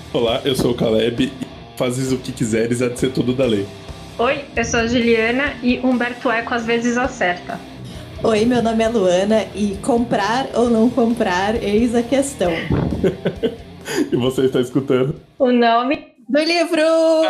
Olá, eu sou o Caleb e fazes o que quiseres, há de ser tudo da lei. Oi, eu sou a Juliana e Humberto Eco às vezes acerta. Oi, meu nome é Luana e comprar ou não comprar, eis a questão. E você está escutando? O nome Do livro!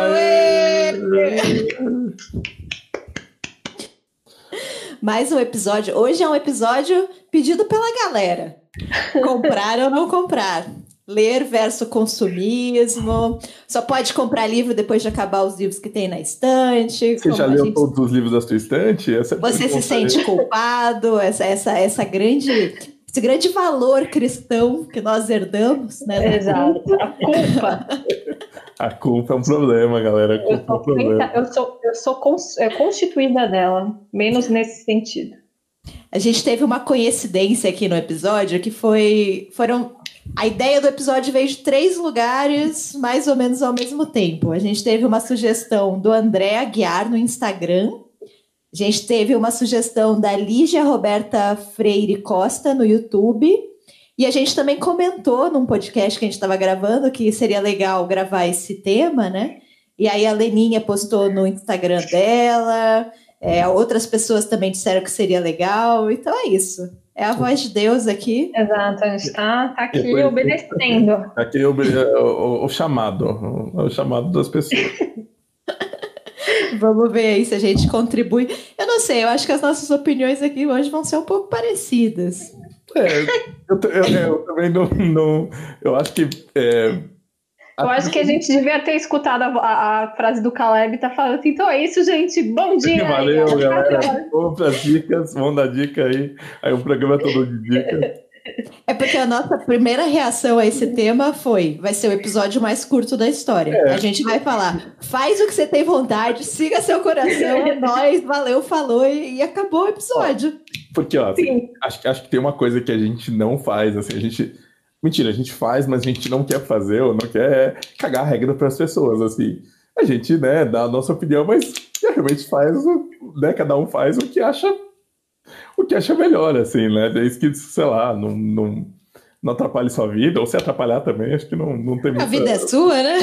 Mais um episódio. Hoje é um episódio pedido pela galera. Comprar ou não comprar. Ler versus consumismo. Só pode comprar livro depois de acabar os livros que tem na estante. Você já leu todos os livros da sua estante? Você se sente culpado? Esse grande valor cristão que nós herdamos, né? Exato, a culpa. A culpa é um problema, galera. A culpa é um problema. Eu sou constituída dela, menos nesse sentido. A gente teve uma coincidência aqui no episódio que foram... A ideia do episódio veio de 3 lugares, mais ou menos ao mesmo tempo. A gente teve uma sugestão do André Aguiar no Instagram. A gente teve uma sugestão da Lígia Roberta Freire Costa no YouTube. E a gente também comentou num podcast que a gente estava gravando que seria legal gravar esse tema, né? E aí a Leninha postou no Instagram dela. Outras pessoas também disseram que seria legal. Então é isso. É a voz de Deus aqui. Exato, a gente tá aqui obedecendo. Aqui é o chamado. É o chamado das pessoas. Vamos ver aí se a gente contribui. Eu não sei, eu acho que as nossas opiniões aqui hoje vão ser um pouco parecidas. Eu também não. Eu acho que. Eu acho que a gente devia ter escutado a frase do Caleb e tá falando assim, então é isso, gente, bom dia! Valeu, galera. Vamos para as dicas, vamos dar dica aí. Aí o programa é todo de dica. É porque a nossa primeira reação a esse tema vai ser o episódio mais curto da história. A gente vai falar, faz o que você tem vontade, siga seu coração, é nóis, valeu, falou e acabou o episódio. Porque, ó, assim, acho que tem uma coisa que a gente não faz, assim, Mentira, a gente faz, mas a gente não quer fazer ou não quer cagar a regra para as pessoas, assim. A gente, né, dá a nossa opinião, mas realmente faz, né, cada um faz o que acha melhor, assim, né? Desde que, sei lá, não atrapalhe sua vida, ou se atrapalhar também, acho que não tem muita... A vida é sua, né?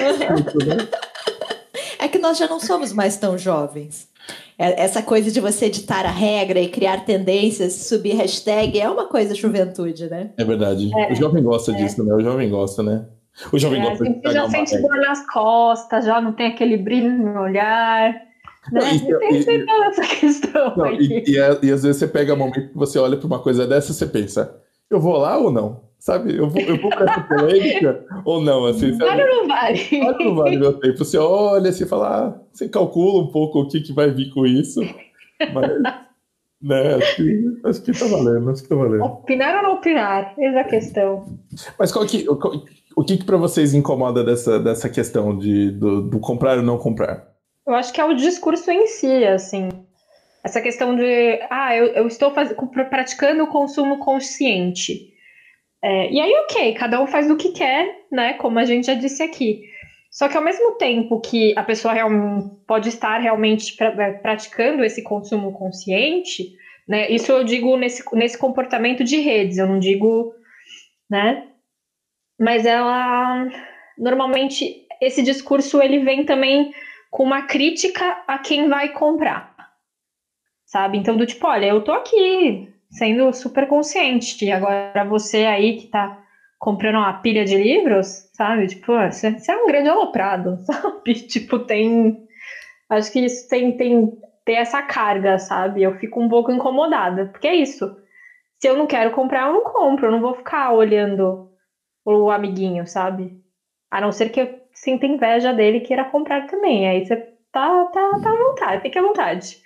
É que nós já não somos mais tão jovens. Essa coisa de você editar a regra e criar tendências, subir hashtag, é uma coisa juventude, né? É verdade. O jovem gosta disso, né? O jovem gosta, né? O jovem gosta de cagar já sente dor nas costas, já não tem aquele brilho no olhar, né? Tem toda essa questão aqui. E às vezes você pega um momento que você olha para uma coisa dessa e você pensa, eu vou lá ou não? Sabe? Eu vou para essa polêmica ou não? Assim, vale ou não vale? Vale ou não vale meu tempo? Você olha assim e fala, você calcula um pouco o que vai vir com isso, mas, né, acho que tá valendo, Opinar ou não opinar? Eis a questão. Mas o que para vocês incomoda dessa questão do comprar ou não comprar? Eu acho que é o discurso em si, assim. Essa questão de, eu estou praticando o consumo consciente. E aí, ok, cada um faz o que quer, né? Como a gente já disse aqui. Só que ao mesmo tempo que a pessoa pode estar realmente praticando esse consumo consciente, né? Isso eu digo nesse comportamento de redes, eu não digo, né? Mas ela, normalmente, esse discurso ele vem também com uma crítica a quem vai comprar, sabe? Então, do tipo, olha, eu tô aqui sendo super consciente, e agora você aí que tá comprando uma pilha de livros, sabe? Tipo, você é um grande aloprado, sabe? Tipo, acho que isso tem essa carga, sabe? Eu fico um pouco incomodada, porque é isso. Se eu não quero comprar, eu não compro, eu não vou ficar olhando o amiguinho, sabe? A não ser que eu sinta inveja dele e queira comprar também. Aí você tá à vontade, fique à vontade.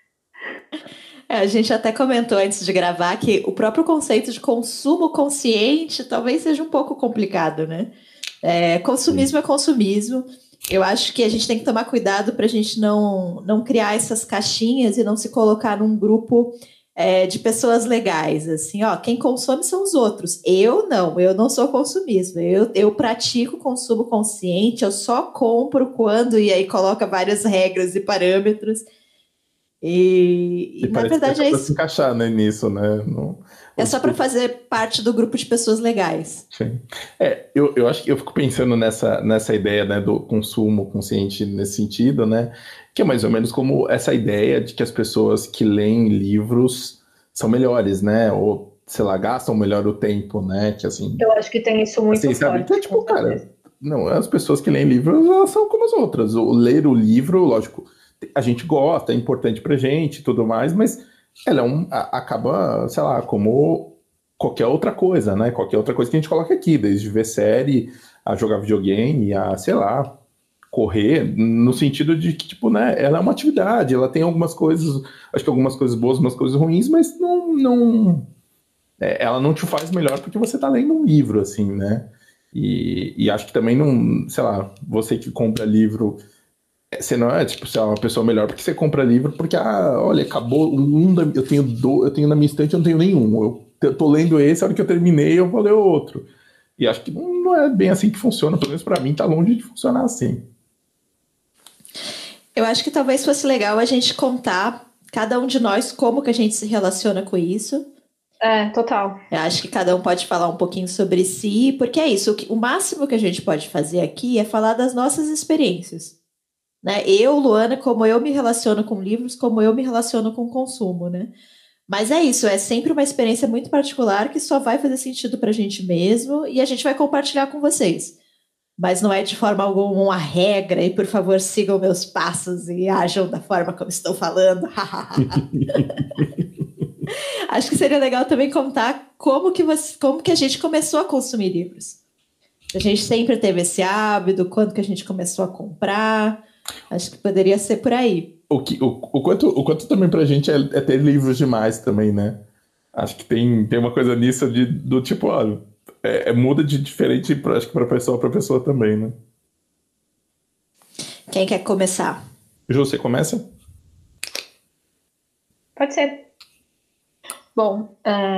A gente até comentou antes de gravar que o próprio conceito de consumo consciente talvez seja um pouco complicado, né? Consumismo é consumismo. Eu acho que a gente tem que tomar cuidado para a gente não criar essas caixinhas e não se colocar num grupo de pessoas legais. Assim, ó, quem consome são os outros. Eu não sou consumismo. Eu pratico consumo consciente, eu só compro quando, e aí coloca várias regras e parâmetros. E na verdade é para isso. se encaixar, né, nisso, né? É só para fazer parte do grupo de pessoas legais. Sim. Eu acho que eu fico pensando nessa ideia, né, do consumo consciente nesse sentido, né? Que é mais ou menos como essa ideia de que as pessoas que leem livros são melhores, né? Ou, sei lá, gastam melhor o tempo, né? Que assim. Eu acho que tem isso muito Assim, sabe? forte, Então, tipo, com certeza. cara, não, as pessoas que leem livros, elas são como as outras. O ler o livro, lógico, a gente gosta, é importante pra gente e tudo mais, mas ela acaba, sei lá, como qualquer outra coisa, né? Qualquer outra coisa que a gente coloca aqui, desde ver série, a jogar videogame, a, sei lá, correr, no sentido de que, tipo, né, ela é uma atividade, ela tem algumas coisas, acho que algumas coisas boas, algumas coisas ruins, mas ela não te faz melhor porque você tá lendo um livro, assim, né? E acho que também não, sei lá, você que compra livro, você não é, tipo, sei lá, uma pessoa melhor porque você compra livro porque, olha, acabou eu tenho na minha estante, eu não tenho nenhum. Eu tô lendo esse, a hora que eu terminei, eu vou ler outro. E acho que não é bem assim que funciona, pelo menos pra mim tá longe de funcionar assim. Eu acho que talvez fosse legal a gente contar, cada um de nós, como que a gente se relaciona com isso. Total. Eu acho que cada um pode falar um pouquinho sobre si, porque é isso, o máximo que a gente pode fazer aqui é falar das nossas experiências. Né? Eu, Luana, como eu me relaciono com livros, como eu me relaciono com o consumo, né? Mas é isso, é sempre uma experiência muito particular que só vai fazer sentido pra gente mesmo e a gente vai compartilhar com vocês. Mas não é de forma alguma uma regra e, por favor, sigam meus passos e ajam da forma como estou falando. Acho que seria legal também contar como que a gente começou a consumir livros. A gente sempre teve esse hábito, quando que a gente começou a comprar. Acho que poderia ser por aí. O quanto também pra gente é ter livros demais também, né? Acho que tem uma coisa nisso do tipo, olha, muda de diferente, acho que pra pessoa também, né? Quem quer começar? Ju, você começa? Pode ser. Bom,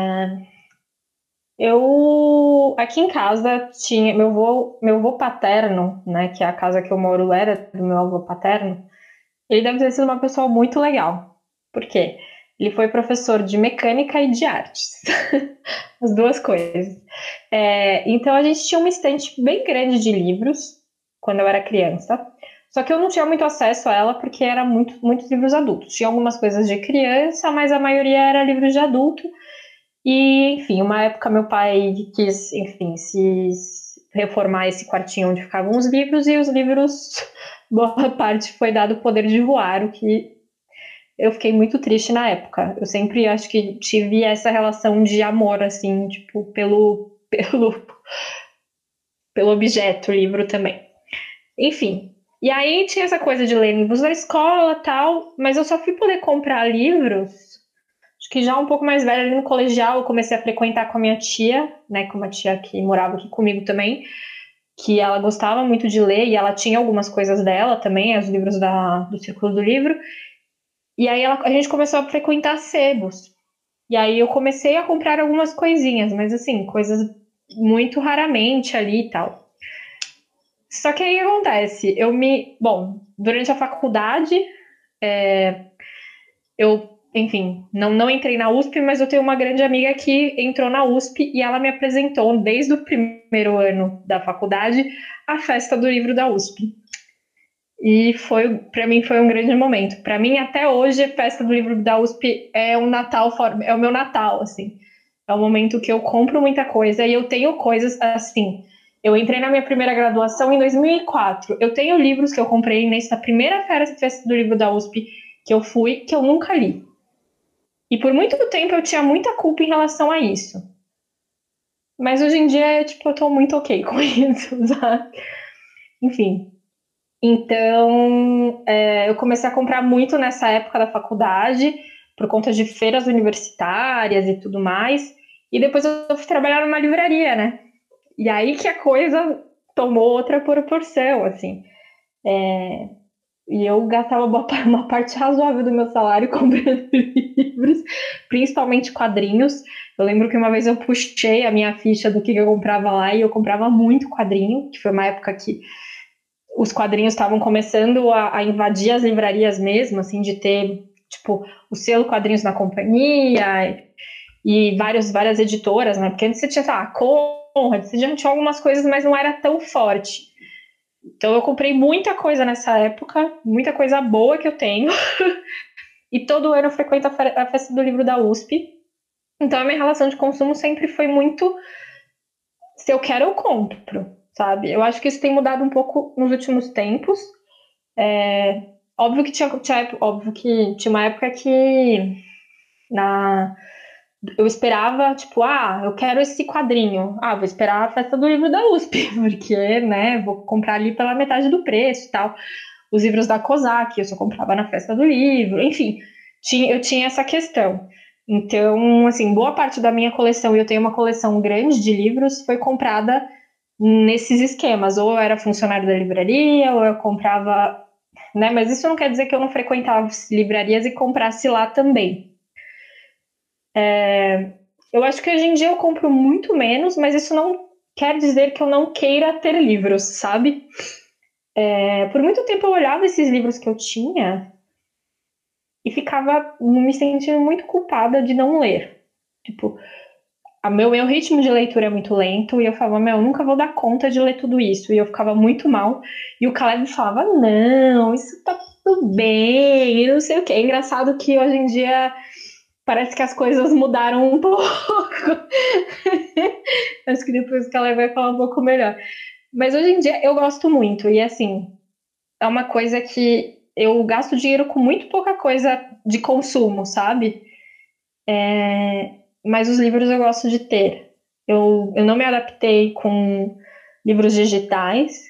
eu aqui em casa tinha meu avô paterno, né, que é a casa que eu moro era do meu avô paterno. Ele deve ter sido uma pessoa muito legal. Por quê? Ele foi professor de mecânica e de artes. As duas coisas. Então a gente tinha uma estante bem grande de livros quando eu era criança. Só que eu não tinha muito acesso a ela porque era muitos livros adultos. Tinha algumas coisas de criança, mas a maioria era livros de adulto. E, enfim, uma época meu pai quis, enfim, se reformar esse quartinho onde ficavam os livros, e os livros, boa parte foi dado o poder de voar, o que eu fiquei muito triste na época. Eu sempre acho que tive essa relação de amor, assim, tipo, pelo objeto, livro também. Enfim, e aí tinha essa coisa de ler livros da escola e tal, mas eu só fui poder comprar livros, acho que já um pouco mais velha, ali no colegial, eu comecei a frequentar com a minha tia, né, com uma tia que morava aqui comigo também, que ela gostava muito de ler, e ela tinha algumas coisas dela também, os livros do Círculo do Livro, e aí a gente começou a frequentar sebos. E aí eu comecei a comprar algumas coisinhas, mas assim, coisas muito raramente ali e tal. Só que aí o que acontece? Bom, durante a faculdade, eu, enfim, não entrei na USP, mas eu tenho uma grande amiga que entrou na USP e ela me apresentou, desde o primeiro ano da faculdade, a festa do livro da USP. E para mim foi um grande momento. Para mim, até hoje, a festa do livro da USP é um Natal, é o meu Natal, assim. É o momento que eu compro muita coisa e eu tenho coisas assim. Eu entrei na minha primeira graduação em 2004. Eu tenho livros que eu comprei nessa primeira festa do livro da USP que eu fui, que eu nunca li. E por muito tempo eu tinha muita culpa em relação a isso. Mas hoje em dia, tipo, eu tô muito ok com isso, sabe? Enfim. Então, eu comecei a comprar muito nessa época da faculdade, por conta de feiras universitárias e tudo mais. E depois eu fui trabalhar numa livraria, né? E aí que a coisa tomou outra proporção, assim. E eu gastava uma parte razoável do meu salário comprando livros, principalmente quadrinhos. Eu lembro que uma vez eu puxei a minha ficha do que eu comprava lá e eu comprava muito quadrinho, que foi uma época que os quadrinhos estavam começando a invadir as livrarias mesmo, assim, de ter tipo, o selo Quadrinhos na Companhia e várias editoras, né? Porque antes você tinha, sei lá, Conrad, você já tinha algumas coisas, mas não era tão forte. Então eu comprei muita coisa nessa época, muita coisa boa que eu tenho. E todo ano eu frequento a Festa do Livro da USP. Então a minha relação de consumo sempre foi muito, se eu quero, eu compro, sabe? Eu acho que isso tem mudado um pouco nos últimos tempos. Óbvio que tinha uma época que eu esperava, tipo, eu quero esse quadrinho. Vou esperar a Festa do Livro da USP, porque, né, vou comprar ali pela metade do preço e tal. Os livros da Kozak, eu só comprava na Festa do Livro, enfim, eu tinha essa questão. Então, assim, boa parte da minha coleção, e eu tenho uma coleção grande de livros, foi comprada nesses esquemas. Ou eu era funcionário da livraria, ou eu comprava, né, mas isso não quer dizer que eu não frequentava livrarias e comprasse lá também. Eu acho que hoje em dia eu compro muito menos, mas isso não quer dizer que eu não queira ter livros, sabe? Por muito tempo eu olhava esses livros que eu tinha e ficava me sentindo muito culpada de não ler. Tipo, meu ritmo de leitura é muito lento e eu falava, eu nunca vou dar conta de ler tudo isso. E eu ficava muito mal. E o Caleb falava, não, isso tá tudo bem, e não sei o quê. É engraçado que hoje em dia parece que as coisas mudaram um pouco. Acho que depois o Caleb vai falar um pouco melhor. Mas hoje em dia eu gosto muito. E assim, é uma coisa que eu gasto dinheiro com muito pouca coisa de consumo, sabe? Mas os livros eu gosto de ter. Eu não me adaptei com livros digitais.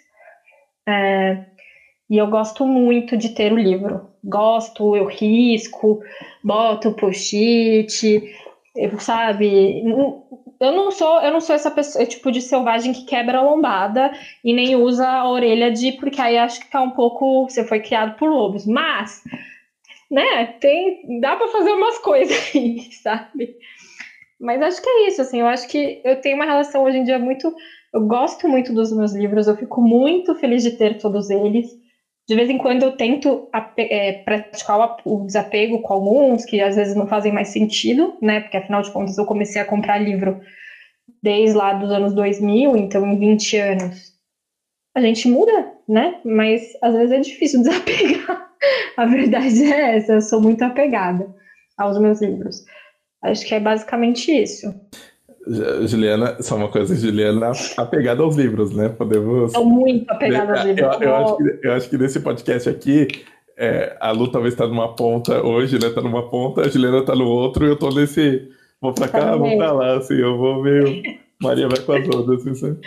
E eu gosto muito de ter o livro. Gosto, eu risco, boto post-it, sabe? Eu não sou essa pessoa, tipo de selvagem que quebra a lombada e nem usa a orelha porque aí acho que tá um pouco, você foi criado por lobos. Mas, né, dá pra fazer umas coisas aí, sabe? Mas acho que é isso, assim, eu acho que eu tenho uma relação hoje em dia eu gosto muito dos meus livros, eu fico muito feliz de ter todos eles. De vez em quando eu tento praticar o desapego com alguns, que às vezes não fazem mais sentido, né? Porque afinal de contas eu comecei a comprar livro desde lá dos anos 2000, então em 20 anos a gente muda, né? Mas às vezes é difícil desapegar. A verdade é essa, eu sou muito apegada aos meus livros. Acho que é basicamente isso. Juliana, só uma coisa, Juliana, apegada aos livros, né? Podemos. Sou muito apegada aos livros. Eu acho que nesse podcast aqui, a Lu talvez está numa ponta hoje, né? Tá numa ponta, a Juliana tá no outro, e eu tô nesse. Vou pra cá, vou pra lá, assim, eu vou meio. Maria vai com as outras, assim, sabe?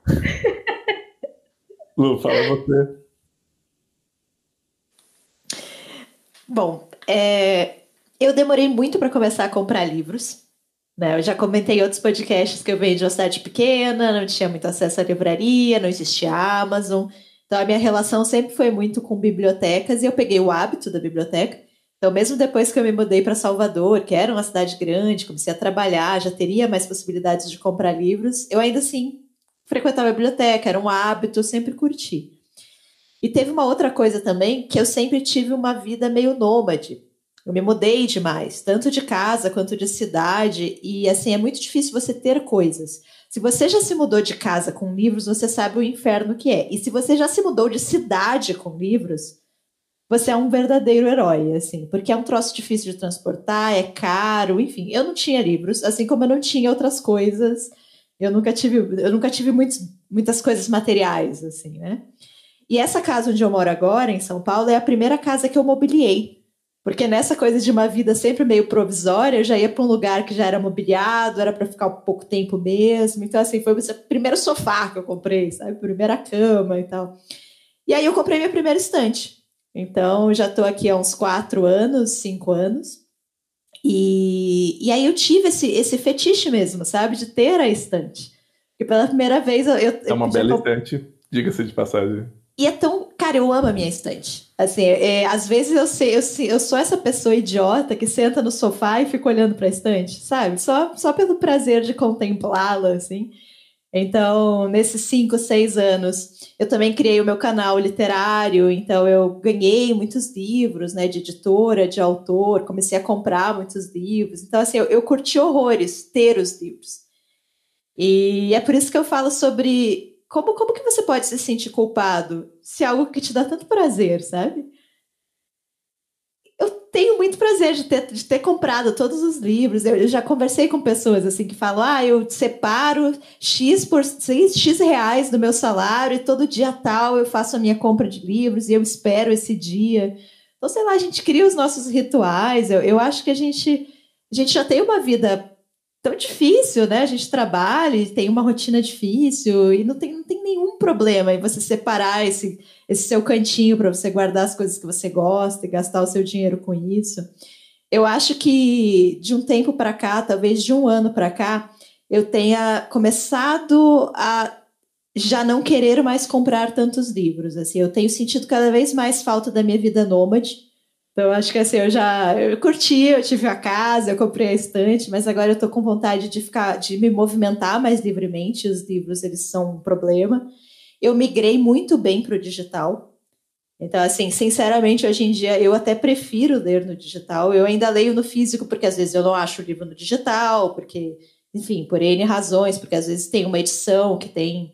Lu, fala você. Bom, eu demorei muito para começar a comprar livros. Né? Eu já comentei em outros podcasts que eu venho de uma cidade pequena, não tinha muito acesso à livraria, não existia Amazon. Então a minha relação sempre foi muito com bibliotecas e eu peguei o hábito da biblioteca. Então mesmo depois que eu me mudei para Salvador, que era uma cidade grande, comecei a trabalhar, já teria mais possibilidades de comprar livros, eu ainda assim frequentava a biblioteca, era um hábito, eu sempre curti. E teve uma outra coisa também, que eu sempre tive uma vida meio nômade. Eu me mudei demais, tanto de casa quanto de cidade, e assim, é muito difícil você ter coisas. Se você já se mudou de casa com livros, você sabe o inferno que é. E se você já se mudou de cidade com livros, você é um verdadeiro herói, assim, porque é um troço difícil de transportar, é caro, enfim. Eu não tinha livros, assim como eu não tinha outras coisas. Eu nunca tive muitas coisas materiais, assim, né? E essa casa onde eu moro agora, em São Paulo, é a primeira casa que eu mobiliei. Porque nessa coisa de uma vida sempre meio provisória, eu já ia para um lugar que já era mobiliado, era para ficar um pouco tempo mesmo. Então, assim, foi o primeiro sofá que eu comprei, sabe? Primeira cama e tal. E aí eu comprei minha primeira estante. Então, já estou aqui há uns 4 anos, 5 anos. E aí eu tive esse fetiche mesmo, sabe? De ter a estante. Porque pela primeira vez É uma bela estante, diga-se de passagem. E é tão... Cara, eu amo a minha estante. Assim, às vezes eu sou essa pessoa idiota que senta no sofá e fica olhando pra estante, sabe? Só pelo prazer de contemplá-la, assim. Então, nesses 5, 6 anos, eu também criei o meu canal literário, então eu ganhei muitos livros, né, de editora, de autor, comecei a comprar muitos livros. Então, assim, eu curti horrores ter os livros. E é por isso que eu falo sobre como que você pode se sentir culpado se é algo que te dá tanto prazer, sabe? Eu tenho muito prazer de ter comprado todos os livros. Eu já conversei com pessoas assim que falam: eu separo X reais do meu salário e todo dia tal eu faço a minha compra de livros e eu espero esse dia. Então, sei lá, a gente cria os nossos rituais. Eu acho que a gente já tem uma vida tão difícil, né? A gente trabalha e tem uma rotina difícil e não tem nenhum problema em você separar esse seu cantinho para você guardar as coisas que você gosta e gastar o seu dinheiro com isso. Eu acho que de um tempo para cá, talvez de um ano para cá, eu tenha começado a já não querer mais comprar tantos livros. Assim, eu tenho sentido cada vez mais falta da minha vida nômade. Então, acho que assim, eu curti, eu tive a casa, eu comprei a estante, mas agora eu tô com vontade de me movimentar mais livremente. Os livros, eles são um problema. Eu migrei muito bem para o digital. Então, assim, sinceramente, hoje em dia eu até prefiro ler no digital. Eu ainda leio no físico, porque às vezes eu não acho o livro no digital, porque, enfim, por N razões, porque às vezes tem uma edição que tem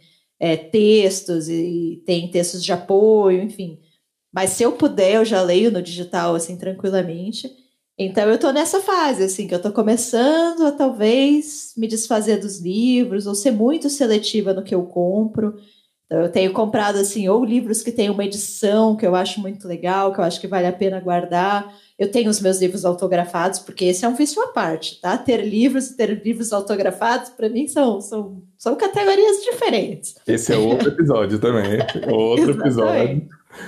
textos e tem textos de apoio, enfim. Mas se eu puder, eu já leio no digital, assim, tranquilamente. Então, eu tô nessa fase, assim, que eu tô começando a, talvez, me desfazer dos livros, ou ser muito seletiva no que eu compro. Então, eu tenho comprado, assim, ou livros que têm uma edição que eu acho muito legal, que eu acho que vale a pena guardar. Eu tenho os meus livros autografados, porque esse é um vício à parte, tá? Ter livros e ter livros autografados, para mim, são categorias diferentes. Esse é outro episódio também. Outro episódio.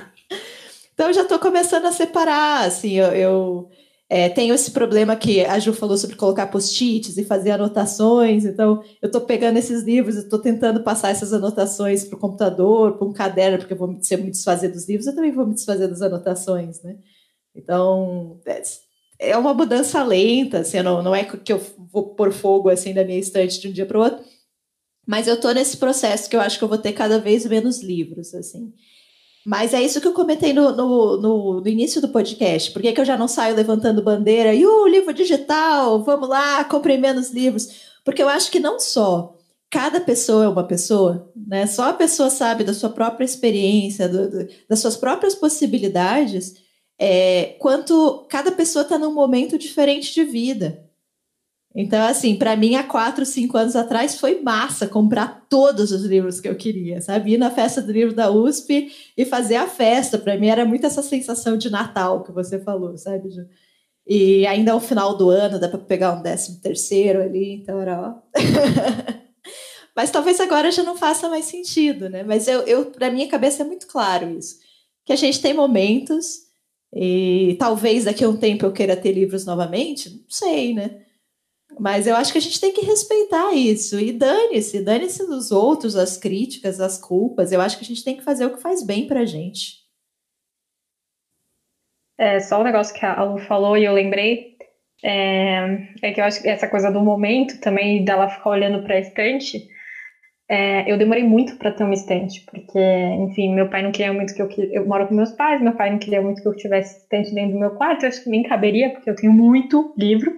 Então, eu já estou começando a separar, assim, eu tenho esse problema que a Ju falou sobre colocar post-its e fazer anotações, então eu estou pegando esses livros, eu estou tentando passar essas anotações para o computador, para um caderno, porque se eu me desfazer dos livros, eu também vou me desfazer das anotações, né? Então, é uma mudança lenta, assim, não é que eu vou pôr fogo, assim, na minha estante de um dia para o outro, mas eu estou nesse processo que eu acho que eu vou ter cada vez menos livros, assim. Mas é isso que eu comentei no início do podcast. Por que eu já não saio levantando bandeira? E o livro digital, vamos lá, comprei menos livros. Porque eu acho que não só cada pessoa é uma pessoa, né? Só a pessoa sabe da sua própria experiência, das suas próprias possibilidades, quanto cada pessoa está num momento diferente de vida. Então, assim, para mim, há 4, 5 anos atrás, foi massa comprar todos os livros que eu queria, sabe? Ir na festa do livro da USP e fazer a festa. Para mim, era muito essa sensação de Natal que você falou, sabe, Ju? E ainda ao final do ano, dá para pegar um 13º ali, então era ó. Mas talvez agora já não faça mais sentido, né? Mas para minha cabeça é muito claro isso. Que a gente tem momentos e talvez daqui a um tempo eu queira ter livros novamente, não sei, né? Mas eu acho que a gente tem que respeitar isso. E dane-se dos outros, as críticas, as culpas. Eu acho que a gente tem que fazer o que faz bem pra gente. Só um negócio que a Lu falou e eu lembrei, que eu acho que essa coisa do momento também, dela ficar olhando pra estante, eu demorei muito pra ter uma estante, porque, enfim, meu pai não queria muito que eu moro com meus pais, meu pai não queria muito que eu tivesse estante dentro do meu quarto, eu acho que nem caberia, porque eu tenho muito livro.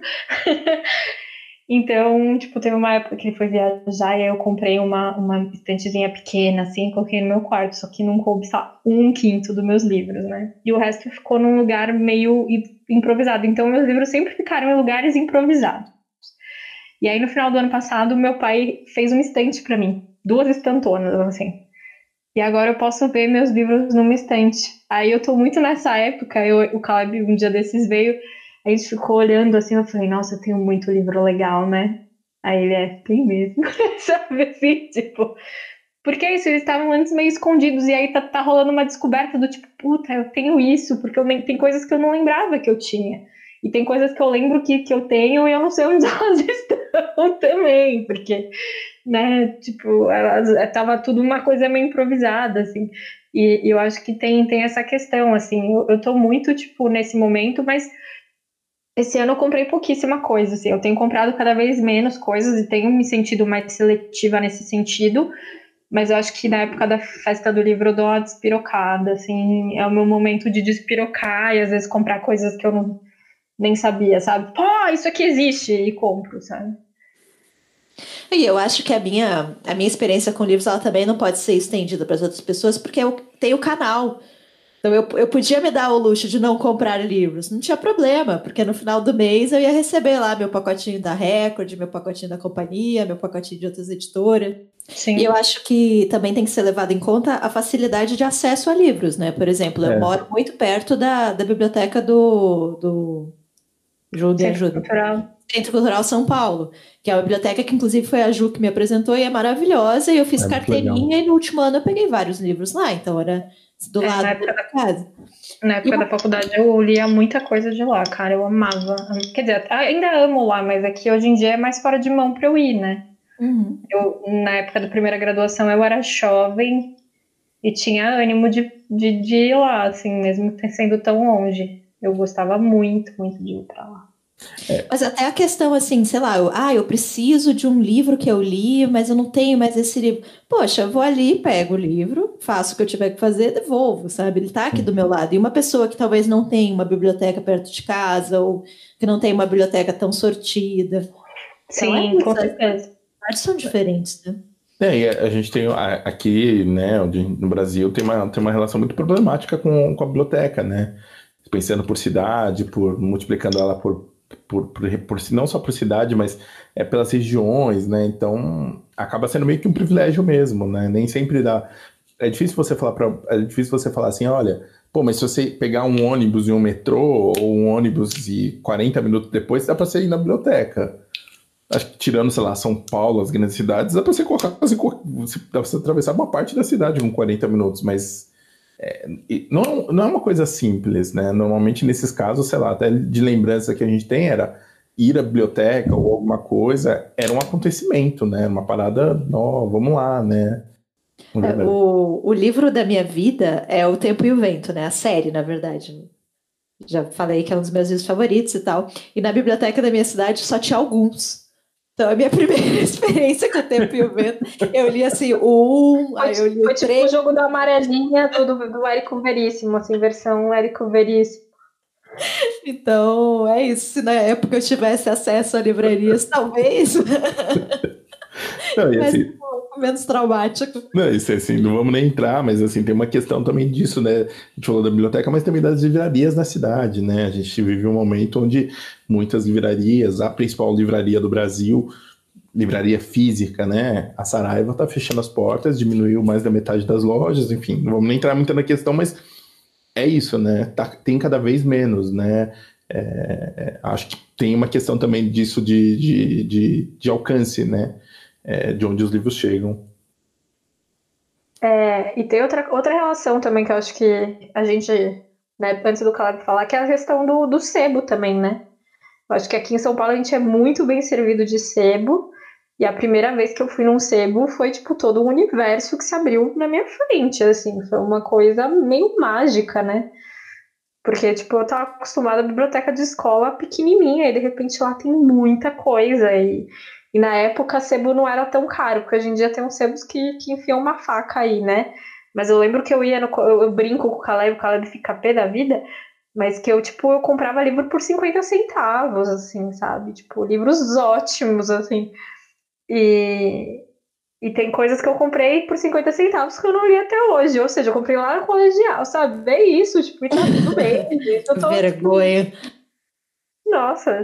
Então, tipo, teve uma época que ele foi viajar e aí eu comprei uma estantezinha pequena, assim, coloquei no meu quarto, só que não coube só 1/5 dos meus livros, né? E o resto ficou num lugar meio improvisado. Então, meus livros sempre ficaram em lugares improvisados. E aí, no final do ano passado, meu pai fez uma estante pra mim. 2 estantonas, assim. E agora eu posso ver meus livros numa estante. Aí eu tô muito nessa época, o Caleb um dia desses veio... A gente ficou olhando assim, eu falei, nossa, eu tenho muito livro legal, né? Aí ele tem mesmo, sabe assim, tipo... Porque é isso, eles estavam antes meio escondidos, e aí tá rolando uma descoberta do tipo, puta, eu tenho isso, porque tem coisas que eu não lembrava que eu tinha. E tem coisas que eu lembro que eu tenho e eu não sei onde elas estão também, porque, né, tipo, tava tudo uma coisa meio improvisada, assim. E eu acho que tem essa questão, assim, eu tô muito, tipo, nesse momento, mas... Esse ano eu comprei pouquíssima coisa, assim. Eu tenho comprado cada vez menos coisas e tenho me sentido mais seletiva nesse sentido. Mas eu acho que na época da festa do livro eu dou uma despirocada, assim. É o meu momento de despirocar e às vezes comprar coisas que eu nem sabia, sabe? Pô, isso aqui existe! E compro, sabe? E eu acho que a minha experiência com livros ela também não pode ser estendida para as outras pessoas, porque eu tenho canal. Então eu podia me dar o luxo de não comprar livros, não tinha problema, porque no final do mês eu ia receber lá meu pacotinho da Record, meu pacotinho da companhia, meu pacotinho de outras editoras. Sim. E eu acho que também tem que ser levado em conta a facilidade de acesso a livros, né? Por exemplo, eu moro muito perto da biblioteca do Ju, me ajuda. Centro Cultural São Paulo, que é uma biblioteca que inclusive foi a Ju que me apresentou e é maravilhosa, e eu fiz carteirinha e no último ano eu peguei vários livros lá, então era do lado da casa. Na época da faculdade eu lia muita coisa de lá, cara, eu amava. Quer dizer, ainda amo lá, mas aqui hoje em dia é mais fora de mão pra eu ir, né? Uhum. Na época da primeira graduação eu era jovem e tinha ânimo de ir lá, assim, mesmo sendo tão longe. Eu gostava muito, muito de ir pra lá. Mas até a questão assim, sei lá, eu preciso de um livro que eu li, mas eu não tenho mais esse livro. Poxa, eu vou ali, pego o livro, faço o que eu tiver que fazer, devolvo, sabe? Ele tá aqui do meu lado. E uma pessoa que talvez não tenha uma biblioteca perto de casa, ou que não tem uma biblioteca tão sortida. Sim, então, com certeza. As são diferentes, né? E a gente tem aqui, né, no Brasil, tem uma relação muito problemática com a biblioteca, né? Pensando por cidade, multiplicando ela por não só por cidade, mas pelas regiões, né? Então acaba sendo meio que um privilégio mesmo, né? Nem sempre dá. É difícil você falar assim, olha, pô, mas se você pegar um ônibus e um metrô, ou um ônibus e 40 minutos depois, dá para você ir na biblioteca. Acho que tirando, sei lá, São Paulo, as grandes cidades, dá para você atravessar uma parte da cidade com 40 minutos, mas não é uma coisa simples, né? Normalmente nesses casos, sei lá, até de lembrança que a gente tem era ir à biblioteca ou alguma coisa, era um acontecimento, né? Uma parada, vamos lá, né? O livro da minha vida é O Tempo e o Vento, né? A série, na verdade. Já falei que é um dos meus livros favoritos e tal. E na biblioteca da minha cidade só tinha alguns. Então, a minha primeira experiência com O Tempo e o Vento, eu li assim, aí eu li o 3. Foi tipo o jogo da amarelinha do Érico Veríssimo, assim, versão Érico Veríssimo. Então, é isso. Se na época eu tivesse acesso a livrarias, talvez. Mas assim, menos traumático. Não, isso assim, não vamos nem entrar, mas assim, tem uma questão também disso, né? A gente falou da biblioteca, mas também das livrarias na cidade, né? A gente vive um momento onde muitas livrarias, a principal livraria do Brasil, livraria física, né? A Saraiva está fechando as portas, diminuiu mais da metade das lojas, enfim, não vamos nem entrar muito na questão, mas é isso, né? Tem cada vez menos, né? Acho que tem uma questão também disso de alcance, né? De onde os livros chegam. E tem outra relação também que eu acho que a gente, né, antes do Caleb falar, que é a questão do sebo também, né? Eu acho que aqui em São Paulo a gente é muito bem servido de sebo, e a primeira vez que eu fui num sebo foi, tipo, todo um universo que se abriu na minha frente, assim, foi uma coisa meio mágica, né? Porque, tipo, eu tava acostumada à biblioteca de escola pequenininha, e de repente lá tem muita coisa, e na época, sebo não era tão caro, porque hoje em dia tem uns sebos que enfiam uma faca aí, né? Mas eu lembro que eu brinco com o Caleb fica pé da vida, mas que eu comprava livro por 50 centavos, assim, sabe? Tipo, livros ótimos, assim. E tem coisas que eu comprei por 50 centavos que eu não li até hoje. Ou seja, eu comprei lá no colegial, sabe? É isso, tipo, e tá tudo bem. Vergonha. Nossa,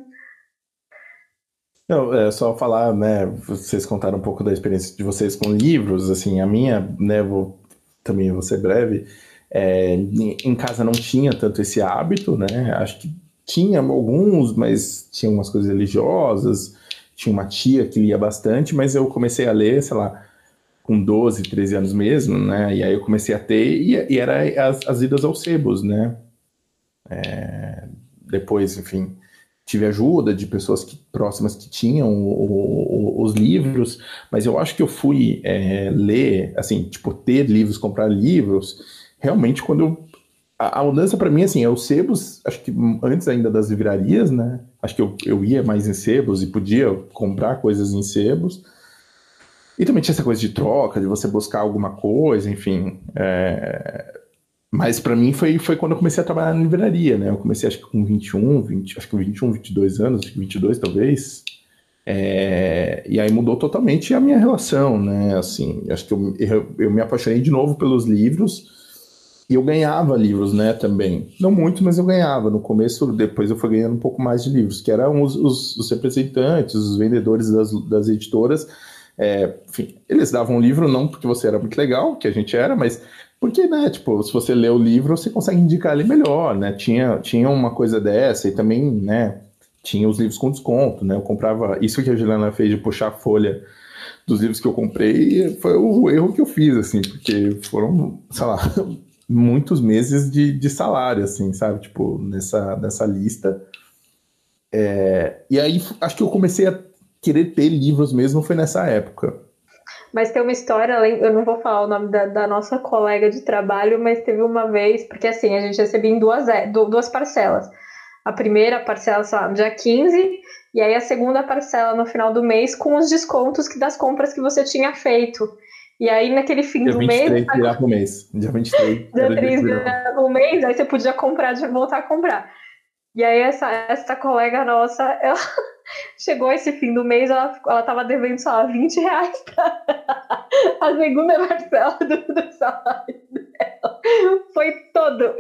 Não, é só falar, né? Vocês contaram um pouco da experiência de vocês com livros, assim, a minha, né? Também vou ser breve. Em casa não tinha tanto esse hábito, né? Acho que tinha alguns, mas tinha umas coisas religiosas. Tinha uma tia que lia bastante, mas eu comecei a ler, sei lá, com 12, 13 anos mesmo, né? E aí eu comecei a ter, e era as idas aos sebos, né? Depois, enfim, tive ajuda de pessoas próximas que tinham os livros, mas eu acho que eu fui ler, assim, tipo, ter livros, comprar livros, realmente quando eu A mudança para mim, assim, é os sebos, acho que antes ainda das livrarias, né? Acho que eu ia mais em sebos e podia comprar coisas em sebos. E também tinha essa coisa de troca, de você buscar alguma coisa, enfim. Mas para mim foi quando eu comecei a trabalhar na livraria, né? Eu comecei acho que com 21, 22 anos, acho que 22 talvez. E aí mudou totalmente a minha relação, né? Assim, acho que eu me apaixonei de novo pelos livros. E eu ganhava livros, né, também. Não muito, mas eu ganhava. No começo, depois eu fui ganhando um pouco mais de livros, que eram os representantes, os vendedores das editoras. Enfim, eles davam um livro não porque você era muito legal, que a gente era, mas porque, né, tipo, se você lê o livro, você consegue indicar ele melhor, né? Tinha uma coisa dessa e também, né, tinha os livros com desconto, né? Eu comprava... Isso que a Juliana fez de puxar a folha dos livros que eu comprei foi o erro que eu fiz, assim, porque foram, sei lá... muitos meses de salário, assim, sabe? Tipo, nessa lista. E aí, acho que eu comecei a querer ter livros mesmo, foi nessa época. Mas tem uma história, eu não vou falar o nome da nossa colega de trabalho, mas teve uma vez, porque assim, a gente recebia em duas parcelas. A primeira parcela, sei lá, no dia 15, e aí a segunda parcela no final do mês, com os descontos das compras que você tinha feito. E aí, naquele fim do mês... Dia 23 virar pro mês. Dia 23. Dia 3 virar pro mês, aí você podia comprar, voltar a comprar. E aí, essa colega nossa, ela chegou esse fim do mês, ela tava devendo, sei lá, R$20 pra a segunda parcela do salário dela. Foi todo.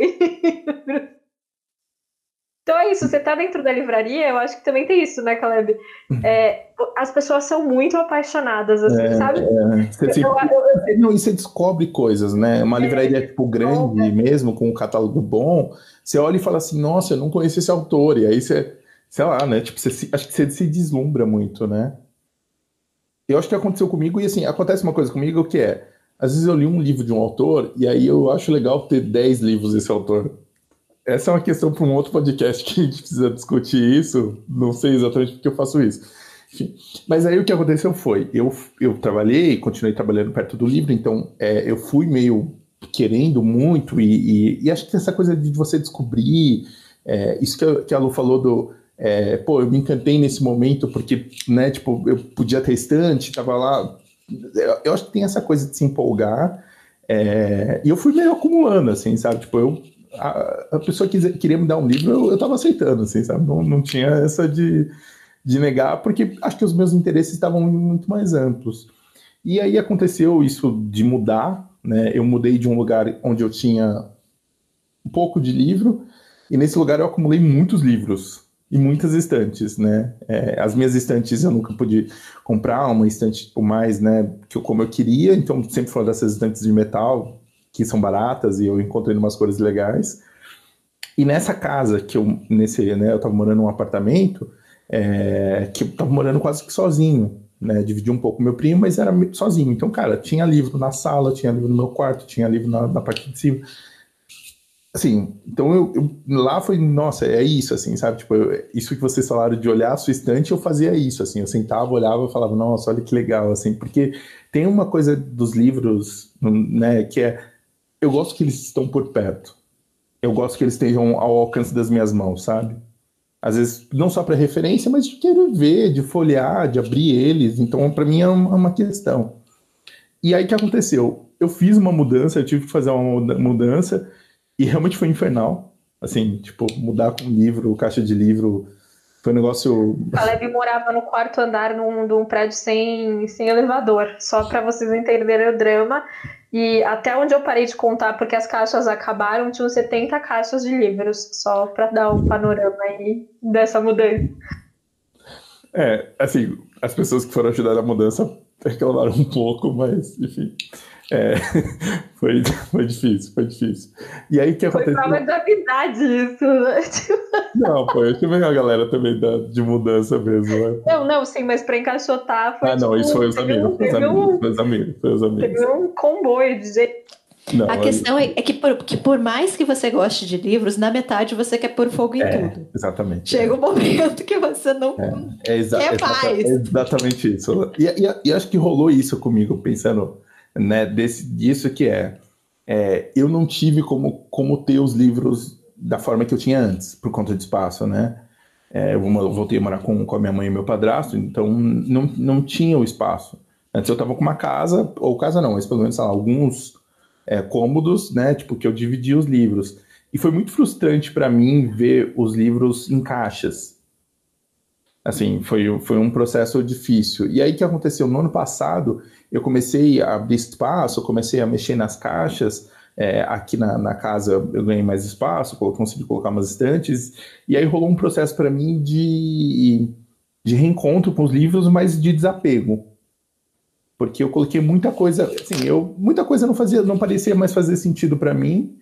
Então é isso, você tá dentro da livraria, eu acho que também tem isso, né, Caleb? As pessoas são muito apaixonadas, assim, sabe? E você descobre coisas, né? Uma livraria tipo grande mesmo, com um catálogo bom, você olha e fala assim, nossa, eu não conheço esse autor, e aí você, sei lá, né? Tipo, acho que você se deslumbra muito, né? Eu acho que aconteceu comigo, e assim, acontece uma coisa comigo que às vezes eu li um livro de um autor, e aí eu acho legal ter 10 livros desse autor. Essa é uma questão para um outro podcast que a gente precisa discutir isso. Não sei exatamente porque eu faço isso. Enfim. Mas aí o que aconteceu foi, eu trabalhei, continuei trabalhando perto do livro, então eu fui meio querendo muito, e acho que essa coisa de você descobrir, isso que a Lu falou eu me encantei nesse momento, porque, né, tipo, eu podia ter estante, tava lá, eu acho que tem essa coisa de se empolgar, e eu fui meio acumulando, assim, sabe, tipo, a pessoa queria me dar um livro, eu tava aceitando, assim, sabe? Não tinha essa de negar, porque acho que os meus interesses estavam muito mais amplos. E aí aconteceu isso de mudar, né? Eu mudei de um lugar onde eu tinha um pouco de livro, e nesse lugar eu acumulei muitos livros e muitas estantes, né? As minhas estantes eu nunca pude comprar uma estante tipo, mais, né? Como eu queria, então sempre foram dessas estantes de metal, que são baratas, e eu encontrei umas cores legais. E nessa casa, eu tava morando num apartamento, que eu tava morando quase que sozinho, né? Dividi um pouco com meu primo, mas era sozinho. Então, cara, tinha livro na sala, tinha livro no meu quarto, tinha livro na parte de cima. Assim, então lá foi, nossa, é isso, assim, sabe? Tipo, isso que vocês falaram de olhar a sua estante, eu fazia isso, assim, eu sentava, olhava e falava, nossa, olha que legal, assim, porque tem uma coisa dos livros, né, que eu gosto que eles estão por perto. Eu gosto que eles estejam ao alcance das minhas mãos, sabe? Às vezes, não só para referência, mas de querer ver, de folhear, de abrir eles. Então, para mim, é uma questão. E aí, o que aconteceu? Eu fiz uma mudança, eu tive que fazer uma mudança, e realmente foi infernal. Assim, tipo, mudar com livro, caixa de livro, foi um negócio... A Levi morava no quarto andar de um prédio sem elevador, só para vocês entenderem o drama. E até onde eu parei de contar, porque as caixas acabaram, tinham 70 caixas de livros, só para dar um panorama aí dessa mudança. Assim, as pessoas que foram ajudar na mudança reclamaram um pouco, mas, enfim, foi difícil. E aí, o que aconteceu? Foi prova de amizade isso, né? Não, eu tive a galera também de mudança mesmo, né? Não, sim, mas para encaixotar foi não, isso foi os amigos. Teve um comboio de jeito. Não, a questão é que por mais que você goste de livros, na metade você quer pôr fogo em tudo. Exatamente. Chega um momento que você não quer mais. É exatamente isso. E acho que rolou isso comigo, pensando, né, disso que eu não tive como ter os livros da forma que eu tinha antes, por conta de espaço, né? Eu voltei a morar com a minha mãe e meu padrasto, então não tinha o espaço. Antes eu tava com uma casa, ou casa não, mas pelo menos, sei lá, alguns cômodos, né? Tipo, que eu dividia os livros. E foi muito frustrante para mim ver os livros em caixas. Assim, foi um processo difícil. E aí, o que aconteceu? No ano passado, eu comecei a abrir espaço, eu comecei a mexer nas caixas. Aqui na casa eu ganhei mais espaço, consegui colocar umas estantes. E aí rolou um processo para mim de reencontro com os livros, mas de desapego. Porque eu coloquei muita coisa, assim, muita coisa não parecia mais fazer sentido para mim.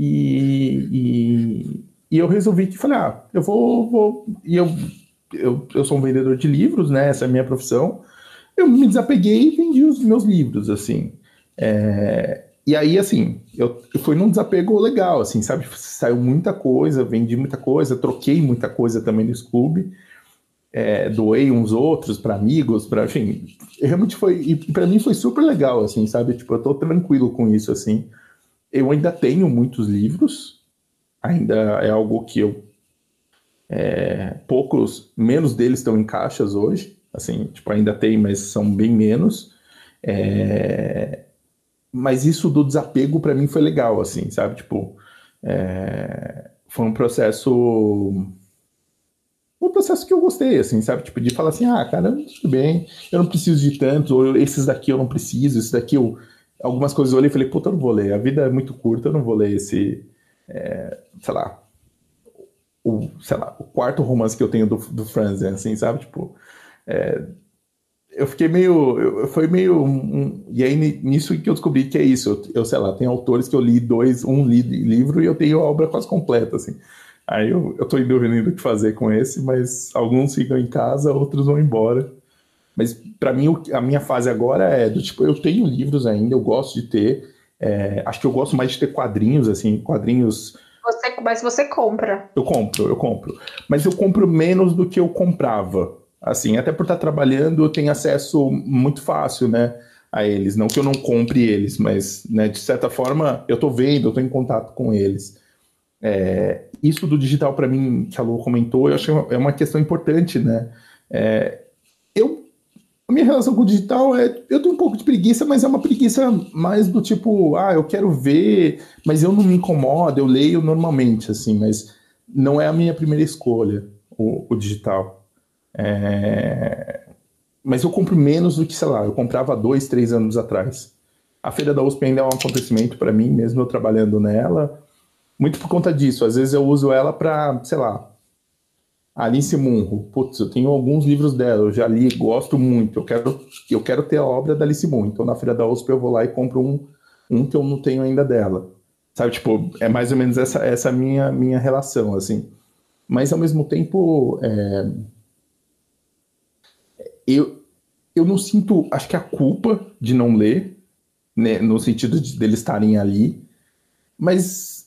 E eu resolvi que falei, eu vou. E eu sou um vendedor de livros, né? Essa é a minha profissão. Eu me desapeguei e vendi os meus livros, assim. E aí, assim, eu fui num desapego legal, assim, sabe? Saiu muita coisa, vendi muita coisa, troquei muita coisa também no Scooby, doei uns outros para amigos, enfim, realmente foi, e para mim foi super legal, assim, sabe? Tipo, eu tô tranquilo com isso, assim. Eu ainda tenho muitos livros, ainda é algo que menos deles estão em caixas hoje, assim, tipo, ainda tem, mas são bem menos. Mas isso do desapego para mim foi legal, assim, sabe? Tipo, foi um processo que eu gostei, assim, sabe? Tipo, de falar assim, cara, tudo bem, eu não preciso de tanto, ou esses daqui eu não preciso, esses daqui algumas coisas eu olhei e falei, puta, eu não vou ler, a vida é muito curta, eu não vou ler sei lá, o quarto romance que eu tenho do Franzen, assim, sabe? Tipo, eu fiquei foi meio... e aí, nisso que eu descobri que é isso. Eu sei lá, tem autores que eu li um livro e eu tenho a obra quase completa, assim. Aí eu tô em dúvida do que fazer com esse, mas alguns ficam em casa, outros vão embora. Mas para mim, a minha fase agora é do tipo, eu tenho livros ainda, eu gosto de ter. Acho que eu gosto mais de ter quadrinhos, assim, quadrinhos... Mas você compra. Eu compro. Mas eu compro menos do que eu comprava. Assim, até por estar trabalhando, eu tenho acesso muito fácil, né, a eles. Não que eu não compre eles, mas, né, de certa forma, eu tô vendo, eu tô em contato com eles. Isso do digital, para mim, que a Lu comentou, eu acho que é uma questão importante, né? A minha relação com o digital eu tenho um pouco de preguiça, mas é uma preguiça mais do tipo, eu quero ver, mas eu não me incomodo, eu leio normalmente, assim, mas não é a minha primeira escolha, o digital. Mas eu compro menos do que, sei lá, eu comprava 2, 3 anos atrás. A Feira da USP ainda é um acontecimento para mim, mesmo eu trabalhando nela, muito por conta disso. Às vezes eu uso ela para, sei lá, Alice Munro. Putz, eu tenho alguns livros dela, eu já li, gosto muito. Eu quero ter a obra da Alice Munro. Então, na Feira da USP, eu vou lá e compro um que eu não tenho ainda dela. Sabe, tipo, é mais ou menos essa minha relação, assim. Mas, ao mesmo tempo, eu não sinto, acho que a culpa de não ler, né, no sentido de deles estarem ali, mas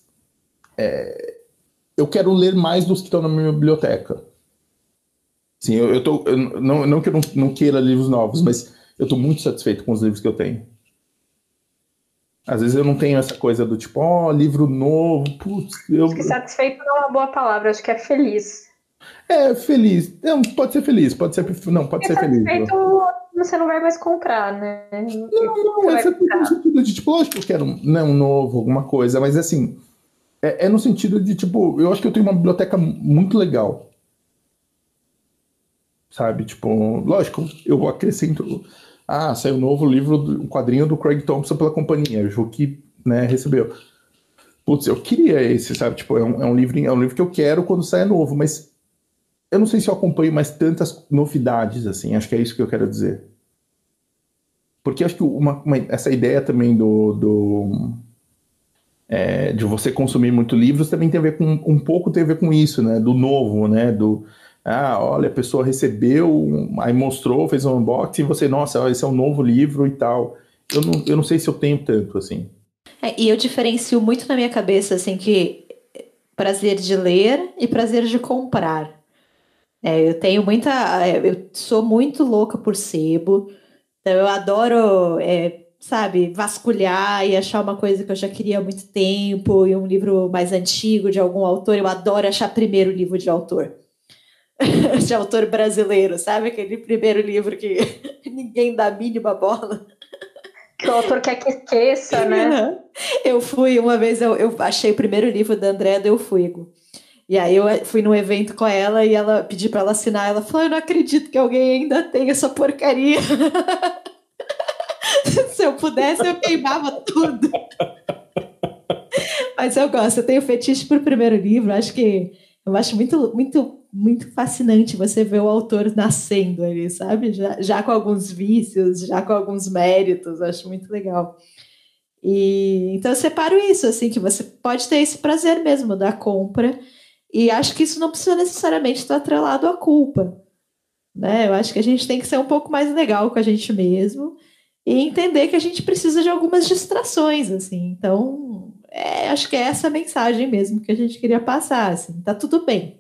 eu quero ler mais dos que estão na minha biblioteca. Sim, não que eu não queira livros novos, mas eu estou muito satisfeito com os livros que eu tenho. Às vezes eu não tenho essa coisa do tipo, livro novo, putz... Acho que satisfeito não é uma boa palavra, acho que é feliz. Feliz. Não, pode ser feliz, pode ser feliz. Satisfeito você não vai mais comprar, né? Não, essa sentido de tipo, lógico que eu quero um novo, alguma coisa, mas assim, no sentido de tipo, eu acho que eu tenho uma biblioteca muito legal. Sabe, tipo, lógico, eu acrescento, saiu um novo livro, um quadrinho do Craig Thompson pela companhia, o que, né, recebeu. Putz, eu queria esse, sabe, tipo, é um livro que eu quero quando sai novo, mas eu não sei se eu acompanho mais tantas novidades, assim, acho que é isso que eu quero dizer. Porque acho que essa ideia também de você consumir muito livros também tem a ver com, um pouco tem a ver com isso, né, do novo, né, olha, a pessoa recebeu, aí mostrou, fez um unboxing, e você, nossa, esse é um novo livro e tal. Eu não sei se eu tenho tanto, assim. E eu diferencio muito na minha cabeça, assim, que prazer de ler e prazer de comprar. Eu tenho eu sou muito louca por sebo, então eu adoro sabe, vasculhar e achar uma coisa que eu já queria há muito tempo, e um livro mais antigo de algum autor. Eu adoro achar primeiro livro de autor. De autor brasileiro, sabe? Aquele primeiro livro que ninguém dá a mínima bola. Que o autor quer que esqueça, né? Eu fui, uma vez, eu achei o primeiro livro da Andrea Del Fuego. E aí eu fui num evento com ela e ela pedi para ela assinar. Ela falou, eu não acredito que alguém ainda tem essa porcaria. Se eu pudesse, eu queimava tudo. Mas eu gosto, eu tenho fetiche por primeiro livro. Eu acho muito, muito, muito fascinante você ver o autor nascendo ali, sabe? Já com alguns vícios, já com alguns méritos. Acho muito legal. E então eu separo isso, assim, que você pode ter esse prazer mesmo da compra. E acho que isso não precisa necessariamente estar atrelado à culpa, né? Eu acho que a gente tem que ser um pouco mais legal com a gente mesmo e entender que a gente precisa de algumas distrações, assim. Então, acho que é essa mensagem mesmo que a gente queria passar, assim. Tá tudo bem.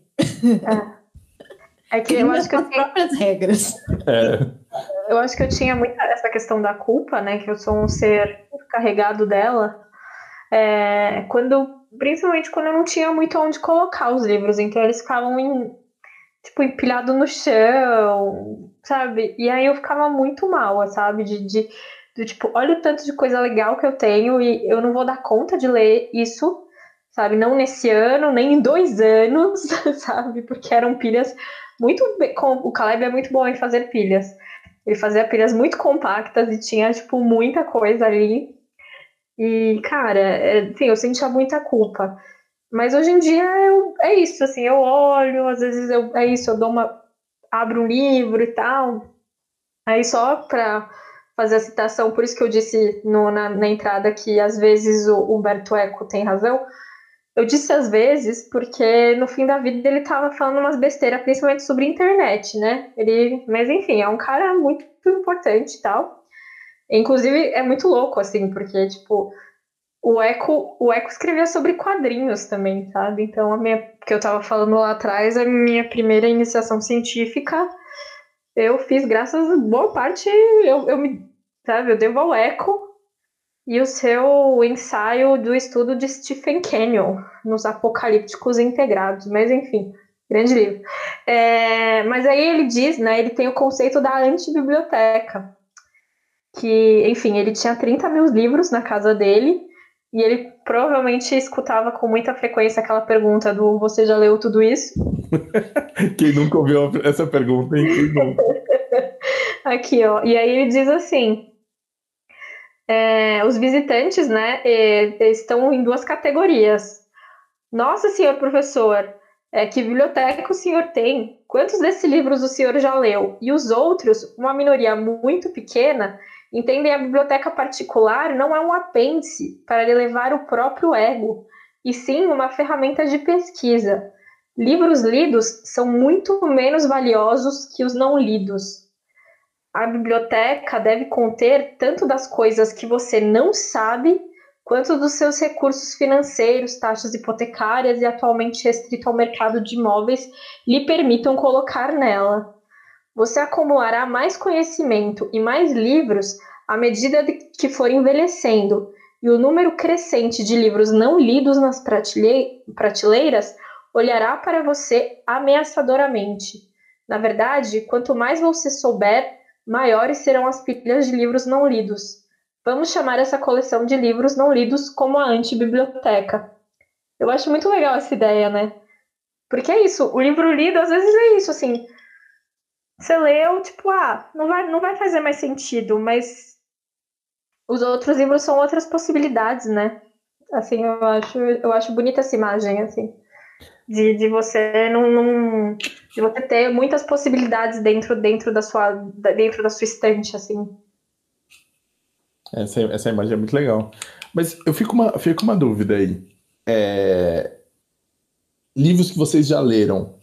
É que eu acho que as próprias regras. Eu acho que eu tinha muito essa questão da culpa, né? Que eu sou um ser carregado dela. Principalmente quando eu não tinha muito onde colocar os livros, então eles ficavam empilhados no chão, sabe? E aí eu ficava muito mal, sabe? Do tipo, olha o tanto de coisa legal que eu tenho e eu não vou dar conta de ler isso, sabe? Não nesse ano, nem em 2 anos, sabe? Porque eram pilhas muito... O Caleb é muito bom em fazer pilhas. Ele fazia pilhas muito compactas e tinha, muita coisa ali. E, cara, enfim, eu sentia muita culpa. Mas hoje em dia é isso, assim, eu olho, às vezes eu abro um livro e tal. Aí só pra fazer a citação, por isso que eu disse na entrada que às vezes o Humberto Eco tem razão. Eu disse às vezes porque no fim da vida ele tava falando umas besteiras, principalmente sobre internet, né? Mas enfim, é um cara muito importante e tal. Inclusive, é muito louco, assim, porque, o Eco escrevia sobre quadrinhos também, sabe? Então, que eu tava falando lá atrás, a minha primeira iniciação científica, eu fiz graças, boa parte, eu devo ao Eco e o seu ensaio do estudo de Stephen Kenyon, nos Apocalípticos Integrados, mas enfim, grande livro. Mas aí ele diz, né, ele tem o conceito da antibiblioteca, que, enfim, ele tinha 30 mil livros na casa dele, e ele provavelmente escutava com muita frequência aquela pergunta do você já leu tudo isso? Quem nunca ouviu essa pergunta, hein? Quem nunca? Aqui, ó. E aí ele diz assim, os visitantes, né, estão em 2 categorias. Nossa, senhor professor, que biblioteca o senhor tem? Quantos desses livros o senhor já leu? E os outros, uma minoria muito pequena, entendem a biblioteca particular não é um apêndice para elevar o próprio ego, e sim uma ferramenta de pesquisa. Livros lidos são muito menos valiosos que os não lidos. A biblioteca deve conter tanto das coisas que você não sabe, quanto dos seus recursos financeiros, taxas hipotecárias e atualmente restrito ao mercado de imóveis lhe permitam colocar nela. Você acumulará mais conhecimento e mais livros à medida que for envelhecendo, e o número crescente de livros não lidos nas prateleiras olhará para você ameaçadoramente. Na verdade, quanto mais você souber, maiores serão as pilhas de livros não lidos. Vamos chamar essa coleção de livros não lidos como a antibiblioteca. Eu acho muito legal essa ideia, né? Porque é isso, o livro lido às vezes é isso, assim... Você leu, não vai fazer mais sentido, mas os outros livros são outras possibilidades, né? Assim, eu acho bonita essa imagem, assim, de você de você ter muitas possibilidades dentro da sua estante, assim. Essa imagem é muito legal. Mas eu fico uma dúvida aí. Livros que vocês já leram,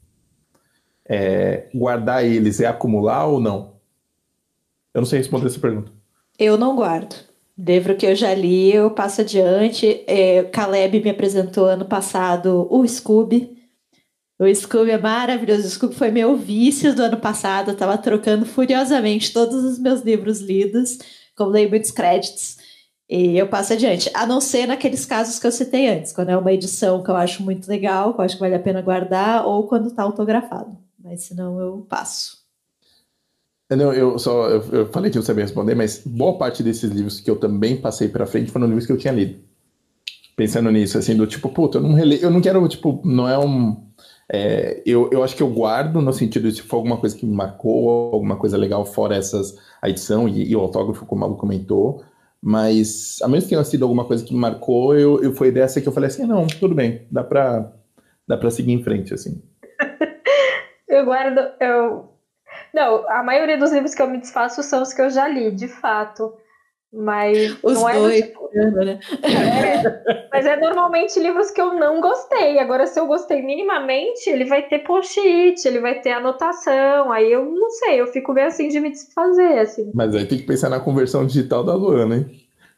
guardar eles é acumular ou não? Eu não sei responder essa pergunta. Eu não guardo. Livro que eu já li, eu passo adiante. Caleb me apresentou ano passado o Scooby. O Scooby é maravilhoso. O Scooby foi meu vício do ano passado. Eu estava trocando furiosamente todos os meus livros lidos. como dei muitos créditos, e eu passo adiante. A não ser naqueles casos que eu citei antes, quando é uma edição que eu acho muito legal, que eu acho que vale a pena guardar, ou quando está autografado. Mas senão eu passo. Não, eu falei que eu sabia responder, mas boa parte desses livros que eu também passei pra frente foram livros que eu tinha lido. Pensando nisso, assim, do tipo, puta, eu não quero, tipo, não é um... eu acho que eu guardo no sentido de se for alguma coisa que me marcou, alguma coisa legal fora a edição e o autógrafo, como o Malu comentou, mas a menos que tenha sido alguma coisa que me marcou, foi dessa que eu falei assim, não, tudo bem, dá pra seguir em frente, assim. Eu guardo, Não, a maioria dos livros que eu me desfaço são os que eu já li, de fato. Mas Os não é dois, do tipo... né? Mas é normalmente livros que eu não gostei. Agora, se eu gostei minimamente, ele vai ter post-it, ele vai ter anotação. Aí eu não sei, eu fico meio assim de me desfazer, assim. Mas aí tem que pensar na conversão digital da Luana, hein?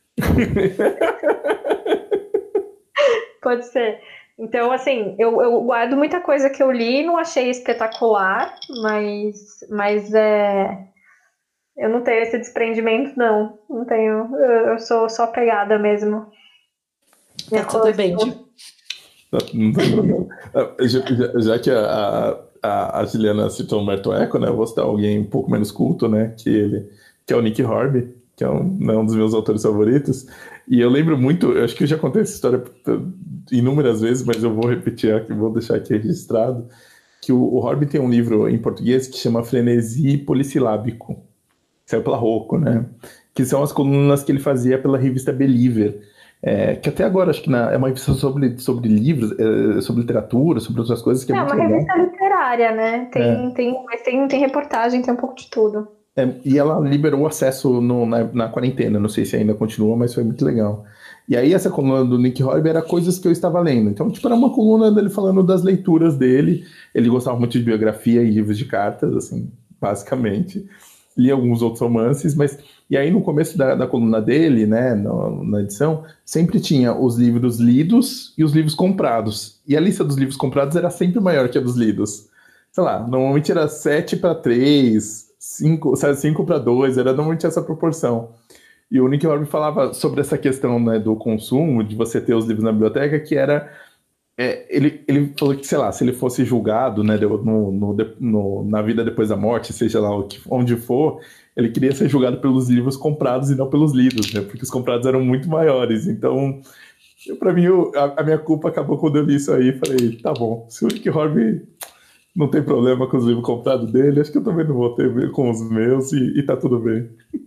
Pode ser. Então, assim, eu guardo muita coisa que eu li, não achei espetacular, mas eu não tenho esse desprendimento, não. Não tenho. Eu sou só pegada mesmo. Tá tudo bem, Ju. Não tem problema. Já que a Juliana citou o Humberto Eco, né? Eu vou citar alguém um pouco menos culto, né? Que é o Nick Hornby, que é um dos meus autores favoritos. E eu lembro muito, eu acho que eu já contei essa história inúmeras vezes, mas eu vou repetir aqui, vou deixar aqui registrado, que o Hornby tem um livro em português que chama Frenesi Polissilábico. Saiu pela Rocco, né? Que são as colunas que ele fazia pela revista Believer. Que até agora acho que é uma revista sobre livros, sobre literatura, sobre outras coisas. Que é muito uma legal. revista literária, né? Mas tem reportagem, tem um pouco de tudo. E ela liberou o acesso na quarentena, não sei se ainda continua, mas foi muito legal. E aí essa coluna do Nick Hornby era coisas que eu estava lendo. Então, tipo, era uma coluna dele falando das leituras dele. Ele gostava muito de biografia e livros de cartas, assim, basicamente. Li alguns outros romances, e aí no começo da coluna dele, né, na edição, sempre tinha os livros lidos e os livros comprados. E a lista dos livros comprados era sempre maior que a dos lidos. Sei lá, normalmente era 7-3, 5-2, era normalmente essa proporção. E o Nick Hornby falava sobre essa questão, né, do consumo, de você ter os livros na biblioteca, que era... ele falou que, sei lá, se ele fosse julgado, né, na vida depois da morte, seja lá onde for, ele queria ser julgado pelos livros comprados e não pelos lidos, né, porque os comprados eram muito maiores. Então, pra mim, a minha culpa acabou quando eu li isso aí. Falei, tá bom, se o Nick Hornby não tem problema com os livros comprados dele, acho que eu também não vou ter com os meus e tá tudo bem.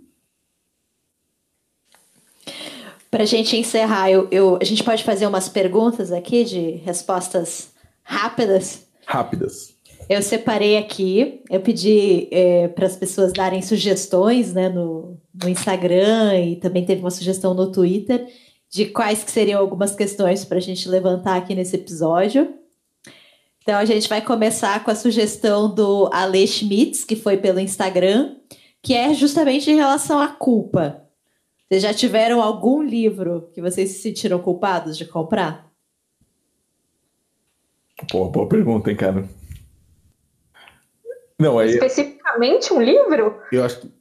Para a gente encerrar, a gente pode fazer umas perguntas aqui de respostas rápidas? Rápidas. Eu separei aqui, eu pedi para as pessoas darem sugestões, né, no Instagram, e também teve uma sugestão no Twitter de quais que seriam algumas questões para a gente levantar aqui nesse episódio. Então a gente vai começar com a sugestão do Ale Schmitz, que foi pelo Instagram, que é justamente em relação à culpa. Vocês já tiveram algum livro que vocês se sentiram culpados de comprar? Pô, boa pergunta, hein, cara. Não, aí... Especificamente um livro? Eu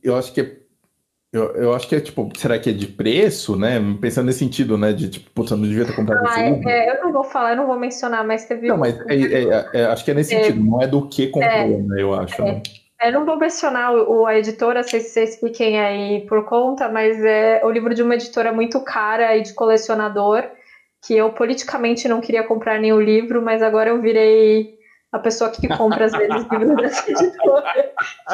acho que é tipo, será que é de preço, né? Pensando nesse sentido, né? De tipo, putz, eu não devia ter comprado esse livro. Eu não vou falar, eu não vou mencionar, mas teve... Não, mas acho que é nesse sentido, não é do que comprou, né? Eu acho, né? Eu não vou mencionar a editora, se vocês fiquem aí por conta, mas é o livro de uma editora muito cara e de colecionador, que eu politicamente não queria comprar nenhum livro, mas agora eu virei a pessoa que compra às vezes livros dessa editora.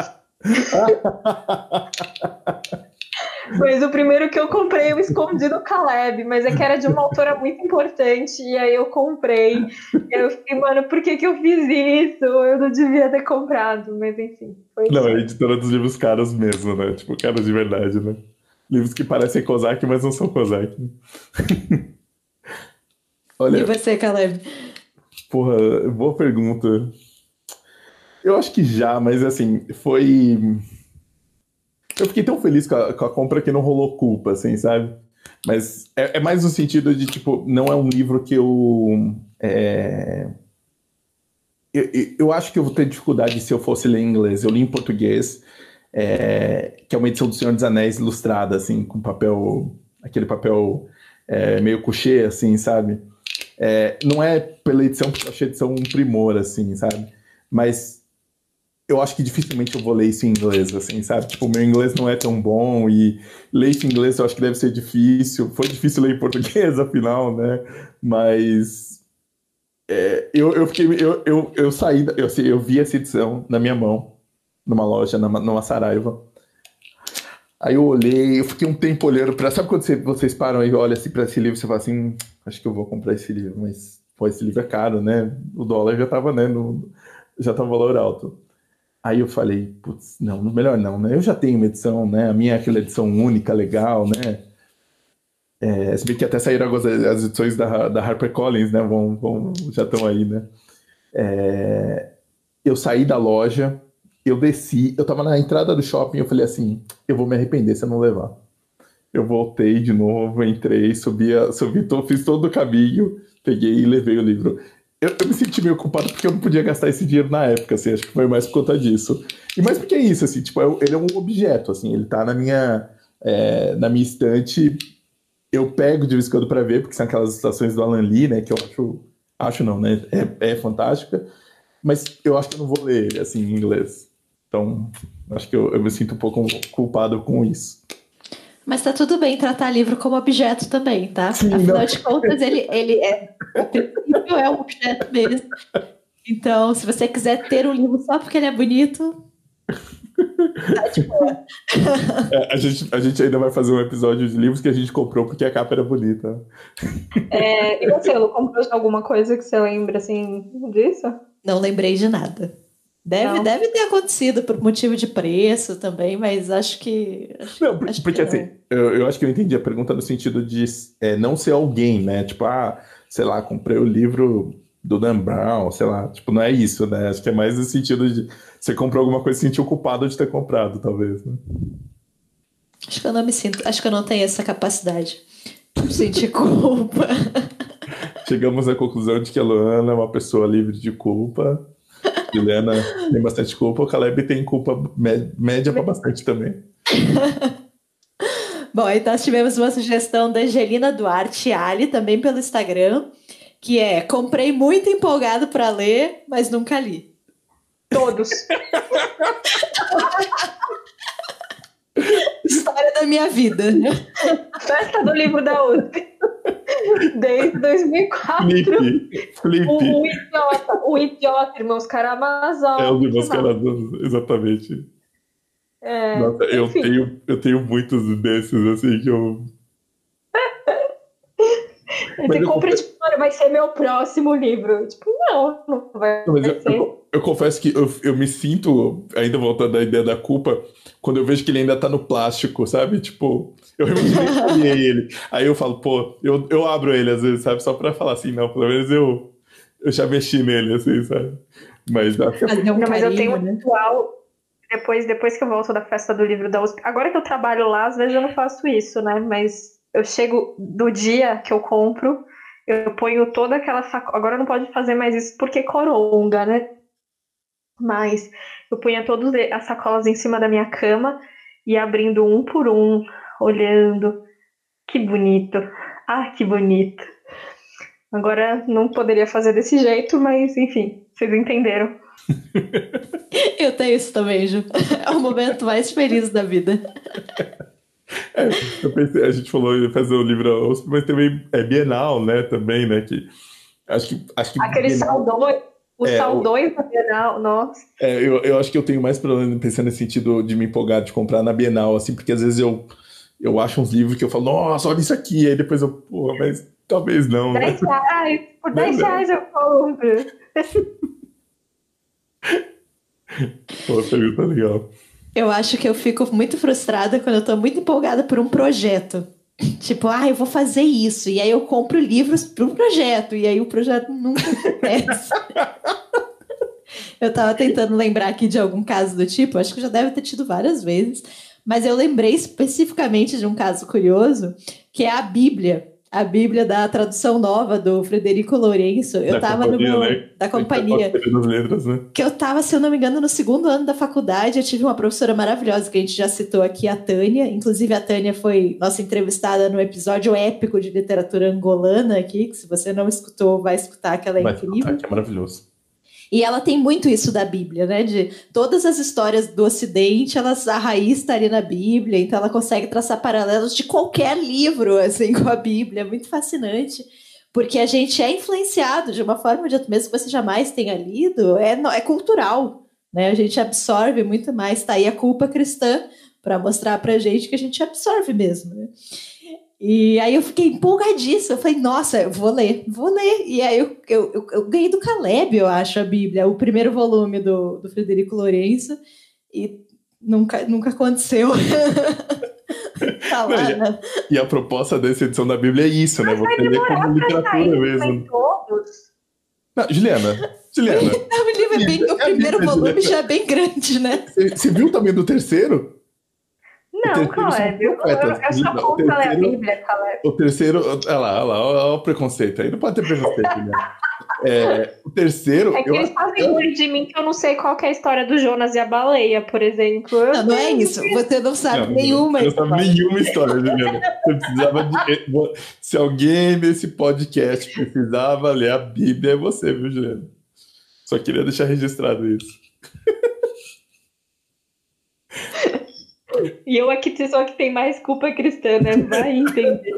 Mas o primeiro que eu comprei eu escondi no Caleb, mas é que era de uma autora muito importante, e aí eu comprei. E aí eu fiquei, mano, por que eu fiz isso? Eu não devia ter comprado, mas enfim. Não, é a editora dos livros caros mesmo, né? Tipo, caros de verdade, né? Livros que parecem Kozak, mas não são Kozak. Olha, e você, Caleb? Porra, boa pergunta. Eu acho que já, mas assim, foi... Eu fiquei tão feliz com a compra que não rolou culpa, assim, sabe? Mas é mais no sentido de, tipo, não é um livro que eu acho que eu vou ter dificuldade se eu fosse ler em inglês. Eu li em português. que é uma edição do Senhor dos Anéis ilustrada, assim, com papel, aquele papel meio couché, assim, sabe? Não é pela edição, porque eu achei a edição um primor, assim, sabe? Mas eu acho que dificilmente eu vou ler isso em inglês, assim, sabe? Tipo, o meu inglês não é tão bom e ler isso em inglês eu acho que deve ser difícil. Foi difícil ler em português, afinal, né? Mas eu fiquei... Eu saí... Eu vi essa edição na minha mão, numa loja, numa Saraiva. Aí eu olhei, eu fiquei um tempo olhando pra... Sabe quando vocês param e olham assim pra esse livro e você fala assim, acho que eu vou comprar esse livro, mas, pô, esse livro é caro, né? O dólar já tava, né? Já tava um valor alto. Aí eu falei, putz, não, melhor não, né? Eu já tenho uma edição, né? A minha é aquela edição única, legal, né? Se bem que até saíram agora as edições da HarperCollins, né? Já estão aí, né? Eu saí da loja, eu desci, eu tava na entrada do shopping, eu falei assim, eu vou me arrepender se eu não levar. Eu voltei de novo, entrei, fiz todo o caminho, peguei e levei o livro. Eu me senti meio culpado porque eu não podia gastar esse dinheiro na época, assim, acho que foi mais por conta disso. E mais porque é isso, assim, tipo, ele é um objeto, assim, ele tá na minha estante, eu pego de vez em quando pra ver, porque são aquelas ilustrações do Alan Lee, né, que eu acho não, né, é fantástica, mas eu acho que eu não vou ler ele, assim, em inglês. Então, acho que eu me sinto um pouco culpado com isso. Mas tá tudo bem tratar livro como objeto também, tá? Sim, afinal de contas, ele a princípio é um objeto mesmo. Então, se você quiser ter um livro só porque ele é bonito, tá de boa. A gente ainda vai fazer um episódio de livros que a gente comprou porque a capa era bonita. E você, Lu, comprou alguma coisa que você lembra, assim, disso? Não lembrei de nada. Deve ter acontecido por motivo de preço também, mas acho que... Porque assim, eu acho que eu entendi a pergunta no sentido de não ser alguém, né? Tipo, sei lá, comprei o livro do Dan Brown, sei lá. Tipo, não é isso, né? Acho que é mais no sentido de você comprou alguma coisa e se sentiu culpado de ter comprado, talvez, né? Acho que eu não me sinto... Acho que eu não tenho essa capacidade de sentir culpa. Chegamos à conclusão de que a Luana é uma pessoa livre de culpa. Juliana tem bastante culpa, o Caleb tem culpa média pra bastante também. Bom, então nós tivemos uma sugestão da Angelina Duarte Ali, também pelo Instagram, que comprei muito empolgado para ler, mas nunca li. Todos. História da minha vida. Festa do livro da USP. Desde 2004. Felipe. O idiota, Irmãos Karamazov. Os Irmãos Karamazov, exatamente. Nossa, eu tenho muitos desses, assim, que eu... Você compra, tipo, vai ser meu próximo livro. Tipo, não vai ser. Eu confesso que eu me sinto, ainda voltando à ideia da culpa, quando eu vejo que ele ainda tá no plástico, sabe? Tipo, eu realmente nem folhei ele. Aí eu falo, pô, eu abro ele às vezes, sabe? Só pra falar assim, não, pelo menos eu já mexi nele, assim, sabe? Mas eu tenho um ritual, depois que eu volto da festa do livro da USP. Agora que eu trabalho lá, às vezes eu não faço isso, né? Mas eu chego do dia que eu compro, eu ponho toda aquela sacola. Agora não pode fazer mais isso porque coronga, né? Mas eu punha todas as sacolas em cima da minha cama e abrindo um por um, olhando. Que bonito. Que bonito. Agora não poderia fazer desse jeito, mas enfim, vocês entenderam. Eu tenho isso também, Ju. É o momento mais feliz da vida. Eu pensei, a gente falou em fazer o livro da USP, mas também é Bienal, né? Também, né? Que acho que aquele Bienal... Saudões da Bienal, nossa. Eu acho que eu tenho mais problema pensando nesse sentido de me empolgar, de comprar na Bienal, assim, porque às vezes eu acho uns livros que eu falo, nossa, olha isso aqui, aí depois porra, mas talvez não. R$10, por R$10 eu compro. Pô, pergunta legal. Eu acho que eu fico muito frustrada quando eu tô muito empolgada por um projeto. Tipo, eu vou fazer isso. E aí eu compro livros para um projeto. E aí o projeto nunca acontece. Eu tava tentando lembrar aqui de algum caso do tipo. Acho que já deve ter tido várias vezes. Mas eu lembrei especificamente de um caso curioso, que é a Bíblia. a Bíblia da tradução nova do Frederico Lourenço. Eu tava da companhia. Letras, né? Que eu tava, se eu não me engano, no 2º ano da faculdade. Eu tive uma professora maravilhosa que a gente já citou aqui, a Tânia. Inclusive, a Tânia foi nossa entrevistada no episódio épico de literatura angolana aqui, que se você não escutou, vai escutar, que ela é incrível. Que é maravilhoso. E ela tem muito isso da Bíblia, né? De todas as histórias do Ocidente, a raiz está ali na Bíblia, então ela consegue traçar paralelos de qualquer livro, assim, com a Bíblia. É muito fascinante, porque a gente é influenciado de uma forma ou de outra, mesmo que você jamais tenha lido, é cultural, né? A gente absorve muito mais. Tá aí a culpa cristã para mostrar pra gente que a gente absorve mesmo, né? E aí eu fiquei empolgadíssima. Eu falei, nossa, eu vou ler. E aí eu ganhei do Caleb, eu acho, a Bíblia, o primeiro volume do Frederico Lourenço, e nunca aconteceu. Tá lá, né? E a proposta dessa edição da Bíblia é isso, né? Você lê como literatura mesmo. Não, Juliana. O primeiro volume já é bem grande, né? Você viu o tamanho do terceiro? Não, Caleb, eu só conto ler a Bíblia, Caleb. O terceiro, olha lá, o preconceito aí, não pode ter preconceito, né? O terceiro... É que eles fazem bullying de mim que eu não sei qual que é a história do Jonas e a baleia, por exemplo. Não é isso, você não sabe nenhuma história. Não sabe nenhuma história, Juliana. Você precisava se alguém nesse podcast precisava ler a Bíblia, é você, viu, Juliana? Só queria deixar registrado isso. E eu aqui só que tem mais culpa cristã, né? Vai entender.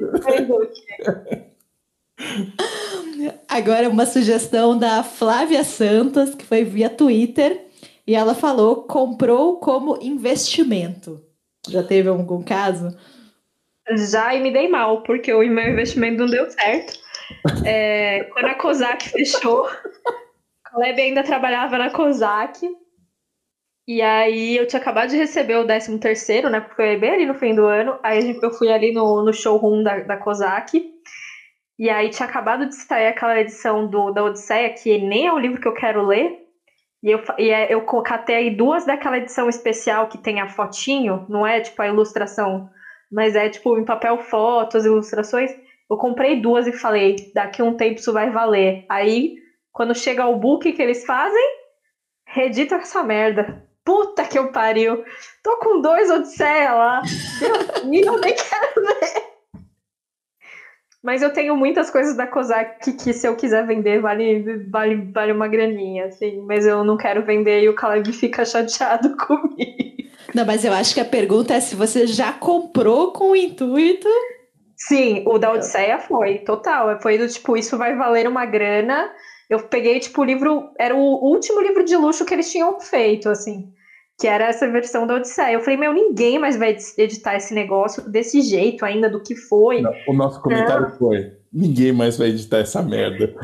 Agora uma sugestão da Flávia Santos, que foi via Twitter, e ela falou, comprou como investimento. Já teve algum caso? Já, e me dei mal, porque o meu investimento não deu certo. Quando a COSAC fechou, a Caleb ainda trabalhava na COSAC. E aí eu tinha acabado de receber o 13º, né? Porque foi bem ali no fim do ano. Aí eu fui ali no showroom da COSAC. E aí tinha acabado de sair aquela edição da Odisseia, que nem é o livro que eu quero ler. E eu catei aí 2 daquela edição especial que tem a fotinho. Não é tipo a ilustração, mas é tipo em papel fotos, ilustrações. Eu comprei 2 e falei, daqui a um tempo isso vai valer. Aí, quando chega o book que eles fazem, redita essa merda. Puta que eu pariu. Tô com 2 Odisseia lá. Deus me, eu nem quero ver. Mas eu tenho muitas coisas da COSAC que se eu quiser vender vale uma graninha, assim. Mas eu não quero vender e o Caleb fica chateado comigo. Não, mas eu acho que a pergunta é se você já comprou com o intuito... Sim, o da Odisseia foi, total. Foi do tipo, isso vai valer uma grana... Eu peguei, tipo, o livro... Era o último livro de luxo que eles tinham feito, assim. Que era essa versão da Odisseia. Eu falei, ninguém mais vai editar esse negócio desse jeito ainda, do que foi. Não, o nosso comentário foi... Ninguém mais vai editar essa merda.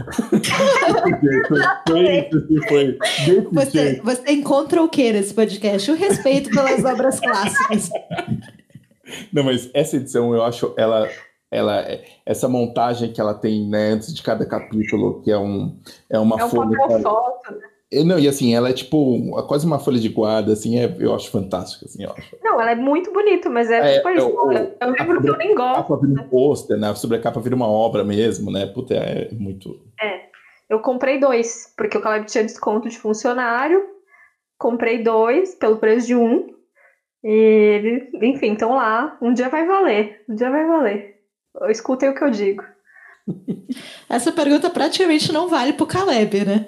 Você encontra o que nesse podcast? O respeito pelas obras clássicas. Não, mas essa edição, eu acho, essa montagem que ela tem, né, antes de cada capítulo, que é uma folha. Foto, né? Não, e assim, ela é tipo quase uma folha de guarda, assim, eu acho fantástico, assim, eu acho. Não, ela é muito bonita, mas é um livro que eu nem gosto. A capa vira um pôster, né? Sobre a capa vira uma obra mesmo, né? Puta, é muito... Eu comprei 2, porque o Caleb tinha desconto de funcionário, comprei 2 pelo preço de 1, e enfim, então lá, um dia vai valer. Escutem o que eu digo. Essa pergunta praticamente não vale pro Caleb, né?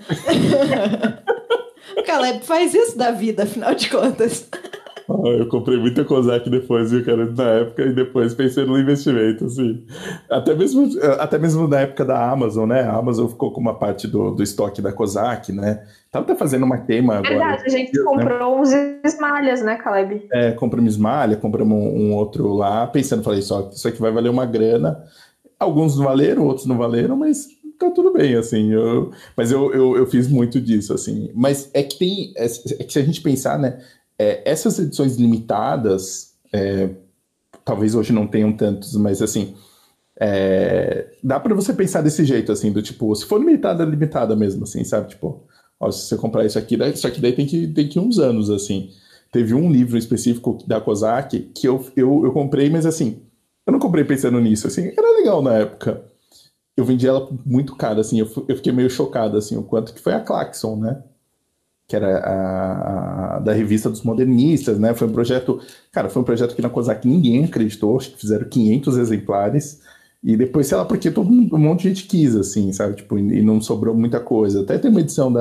O Caleb faz isso da vida, afinal de contas. Eu comprei muita COSAC depois, viu, cara, na época, e depois pensei no investimento, assim. Até mesmo na época da Amazon, né? A Amazon ficou com uma parte do estoque da COSAC, né? Tava até fazendo uma queima agora. Verdade, a gente comprou uns esmalhas, né, Caleb? Compramos esmalha, compramos um outro lá, pensando, falei, isso aqui vai valer uma grana. Alguns não valeram, outros não valeram, mas tá tudo bem, assim. Mas eu fiz muito disso, assim. Mas é que se a gente pensar, né? Essas edições limitadas, talvez hoje não tenham tantos, mas assim, dá para você pensar desse jeito, assim, do tipo, se for limitada mesmo, assim, sabe? Tipo, ó, se você comprar isso aqui daí tem que ir uns anos, assim. Teve um livro específico da COSAC que eu comprei, mas assim, eu não comprei pensando nisso, assim, era legal na época. Eu vendi ela muito cara, assim, eu fiquei meio chocado, assim, o quanto que foi a Claxon, né? Que era da revista dos modernistas, né? Foi um projeto que na COSAC ninguém acreditou, acho que fizeram 500 exemplares, e depois, sei lá, porque um monte de gente quis, assim, sabe? Tipo, e não sobrou muita coisa. Até tem uma edição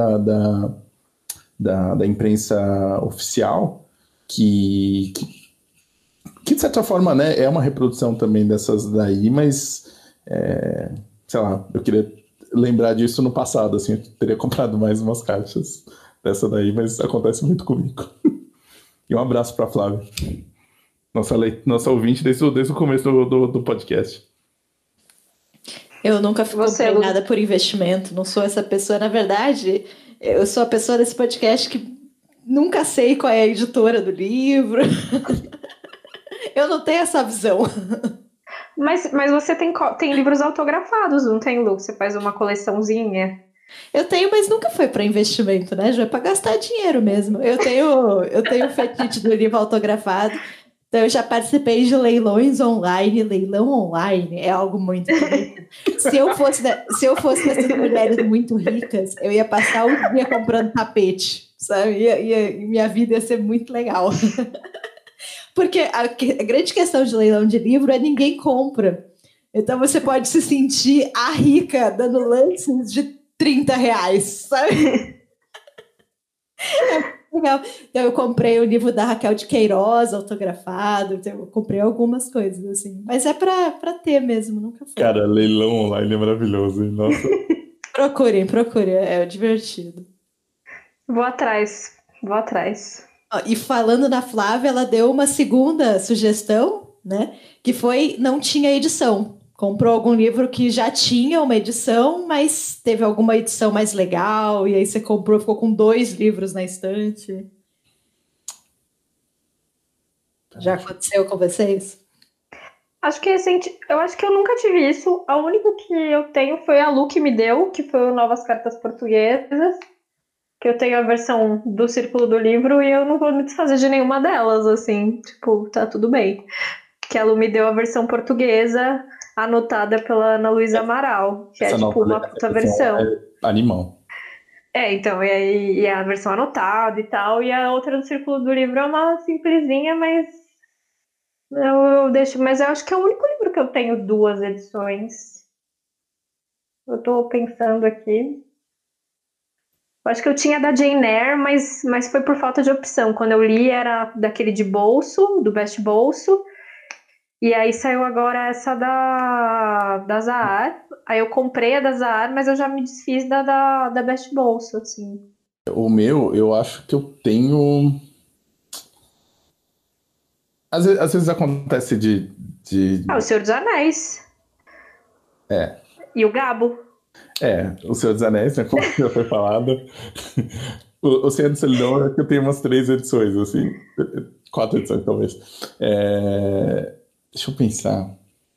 da imprensa oficial que, de certa forma, né, é uma reprodução também dessas daí, mas, sei lá, eu queria lembrar disso no passado, assim, eu teria comprado mais umas caixas dessa daí, mas acontece muito comigo. E um abraço para Flávia, nossa ouvinte desde o começo do podcast. Eu nunca comprei nada por investimento, não sou essa pessoa. Na verdade, eu sou a pessoa desse podcast que nunca sei qual é a editora do livro. Eu não tenho essa visão. Mas você tem livros autografados, não tem, Lu? Você faz uma coleçãozinha. Eu tenho, mas nunca foi para investimento, né? Já é para gastar dinheiro mesmo. Eu tenho o fetiche do livro autografado. Então, eu já participei de leilões online. Leilão online é algo muito bonito. Se eu fosse dessas mulheres muito ricas, eu ia passar o dia comprando tapete, sabe? E minha vida ia ser muito legal. Porque a grande questão de leilão de livro é ninguém compra. Então, você pode se sentir a rica dando lances de R$30, sabe? Legal. Então, eu comprei o livro da Raquel de Queiroz, autografado. Então, eu comprei algumas coisas, assim. Mas é pra ter mesmo, nunca foi. Cara, leilão online é maravilhoso, hein? Nossa. Procurem, é divertido. Vou atrás. E falando na Flávia, ela deu uma segunda sugestão, né? Que foi, não tinha edição. Comprou algum livro que já tinha uma edição, mas teve alguma edição mais legal, e aí você comprou, ficou com 2 livros na estante. Já aconteceu com vocês? Acho que eu acho que eu nunca tive isso. A única que eu tenho foi a Lu que me deu, que foi o Novas Cartas Portuguesas, que eu tenho a versão do Círculo do Livro e eu não vou me desfazer de nenhuma delas, assim, tipo, tá tudo bem. Que a Lu me deu a versão portuguesa, anotada pela Ana Luísa Amaral, que é tipo uma puta versão. Animal. Então, e a versão anotada e tal, e a outra do Círculo do Livro é uma simplesinha, mas eu deixo. Mas eu acho que é o único livro que eu tenho 2 edições. Eu tô pensando aqui. Eu acho que eu tinha da Jane Eyre, mas foi por falta de opção. Quando eu li era daquele de bolso, do Best Bolso. E aí saiu agora essa da Zahar. Aí eu comprei a da Zahar, mas eu já me desfiz da Best Bolso, assim. O meu, eu acho que eu tenho... Às vezes acontece de... O Senhor dos Anéis. E o Gabo. O Senhor dos Anéis, né? Como já foi falado. O Senhor do Solidão é que eu tenho umas 3 edições, assim. 4 edições, talvez. Deixa eu pensar.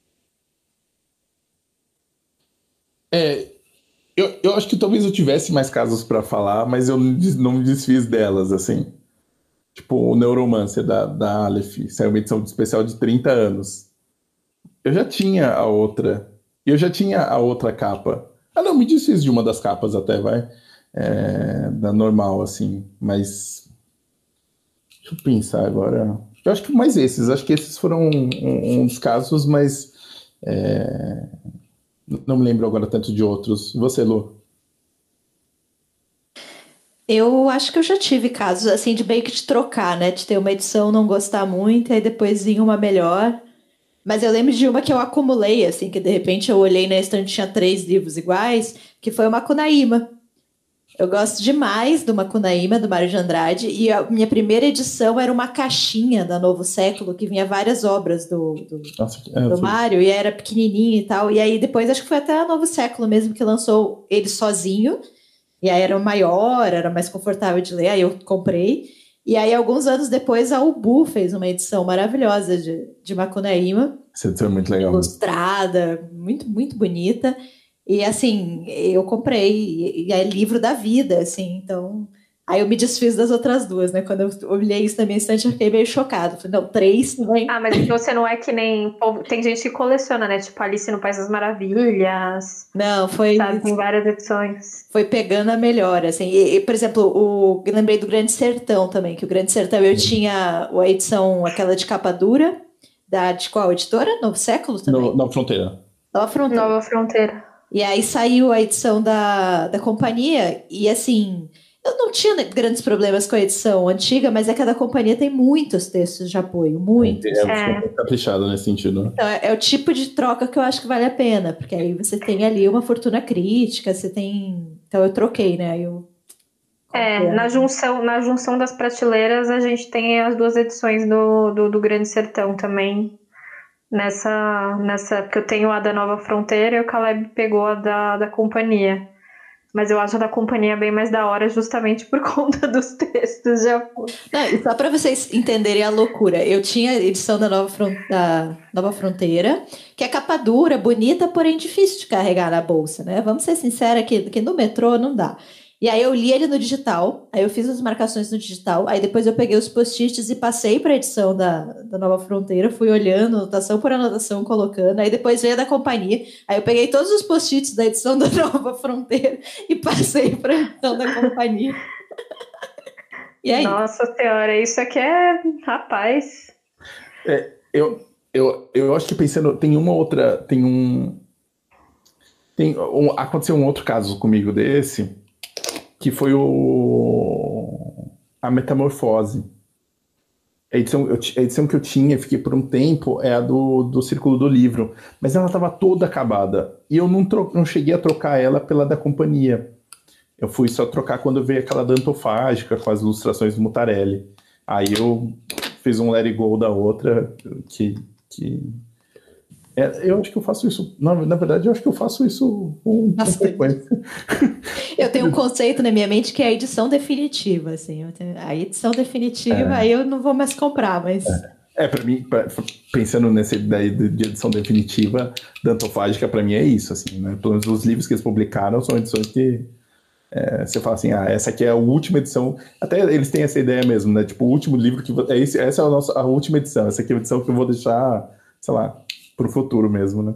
Eu acho que talvez eu tivesse mais casos pra falar, mas eu não me desfiz delas, assim. Tipo, o Neuromancer da Aleph. Saiu uma edição especial de 30 anos. Eu já tinha a outra. E eu já tinha a outra capa. Não, me desfiz de uma das capas até, vai. Da normal, assim. Mas... Deixa eu pensar agora. Eu acho que mais esses. Acho que esses foram um dos casos, mas... Não me lembro agora tanto de outros. E você, Lu? Eu acho que eu já tive casos assim de meio que de trocar, né? De ter uma edição, não gostar muito, e aí depois vinha uma melhor. Mas eu lembro de uma que eu acumulei, assim, que de repente eu olhei na estante e tinha 3 livros iguais, que foi o Macunaíma. Eu gosto demais do Macunaíma, do Mário de Andrade, e a minha primeira edição era uma caixinha da Novo Século, que vinha várias obras do Mário, e era pequenininho e tal. E aí depois, acho que foi até a Novo Século mesmo, que lançou ele sozinho, e aí era maior, era mais confortável de ler, aí eu comprei. E aí, alguns anos depois, a Ubu fez uma edição maravilhosa de Macunaíma. Essa edição é muito legal. Ilustrada, muito, muito bonita. E, assim, eu comprei, e é livro da vida, assim. Então, Aí eu me desfiz das outras duas, né? Quando eu olhei isso na minha estante, eu fiquei meio chocado. Falei, não, 3 também. Ah, mas então você não é que nem... Tem gente que coleciona, né? Tipo Alice no País das Maravilhas. Não, foi... Sabe, tem várias edições. Foi pegando a melhor, assim. Por exemplo, eu lembrei do Grande Sertão também, que o Grande Sertão eu tinha a edição, aquela de capa dura, de qual editora? Novo Século também? Nova Fronteira. Nova Fronteira. Nova Fronteira. E aí saiu a edição da companhia, e assim, eu não tinha grandes problemas com a edição antiga, mas é que a da companhia tem muitos textos de apoio, muitos. É caprichado nesse sentido, né? Então, é o tipo de troca que eu acho que vale a pena, porque aí você tem ali uma fortuna crítica, você tem... Então eu troquei, né? Aí eu... na junção das prateleiras, a gente tem as 2 edições do Grande Sertão também. Porque eu tenho a da Nova Fronteira e o Caleb pegou a da companhia. Mas eu acho a da companhia bem mais da hora, justamente por conta dos textos de apoio. Não, e só para vocês entenderem a loucura, eu tinha a edição da Nova Fronteira, que é capa dura, bonita, porém difícil de carregar na bolsa, né? Vamos ser sinceros que no metrô não dá. E aí eu li ele no digital, aí eu fiz as marcações no digital, aí depois eu peguei os post-its e passei para a edição da Nova Fronteira, fui olhando, anotação por anotação, colocando, aí depois veio a da companhia, aí eu peguei todos os post-its da edição da Nova Fronteira e passei para a edição da companhia. E aí? Nossa Senhora, isso aqui é... Rapaz... Eu acho que pensando, aconteceu um outro caso comigo desse, que foi a Metamorfose. A edição que eu tinha, fiquei por um tempo, é a do Círculo do Livro, mas ela estava toda acabada, e eu não cheguei a trocar ela pela da companhia. Eu fui só trocar quando veio aquela da Antofágica, com as ilustrações do Mutarelli. Aí eu fiz um let it go da outra, eu acho que eu faço isso. Na verdade, eu acho que eu faço isso com frequência. Eu tenho um conceito na minha mente que é a edição definitiva, assim. A edição definitiva, aí eu não vou mais comprar, mas... Para mim, pensando nessa ideia de edição definitiva, da Antofágica, para mim é isso, assim, né? Pelo menos os livros que eles publicaram são edições que você fala assim, essa aqui é a última edição. Até eles têm essa ideia mesmo, né? Tipo, o último livro que... essa é a última edição, essa aqui é a edição que eu vou deixar, sei lá, pro futuro mesmo, né?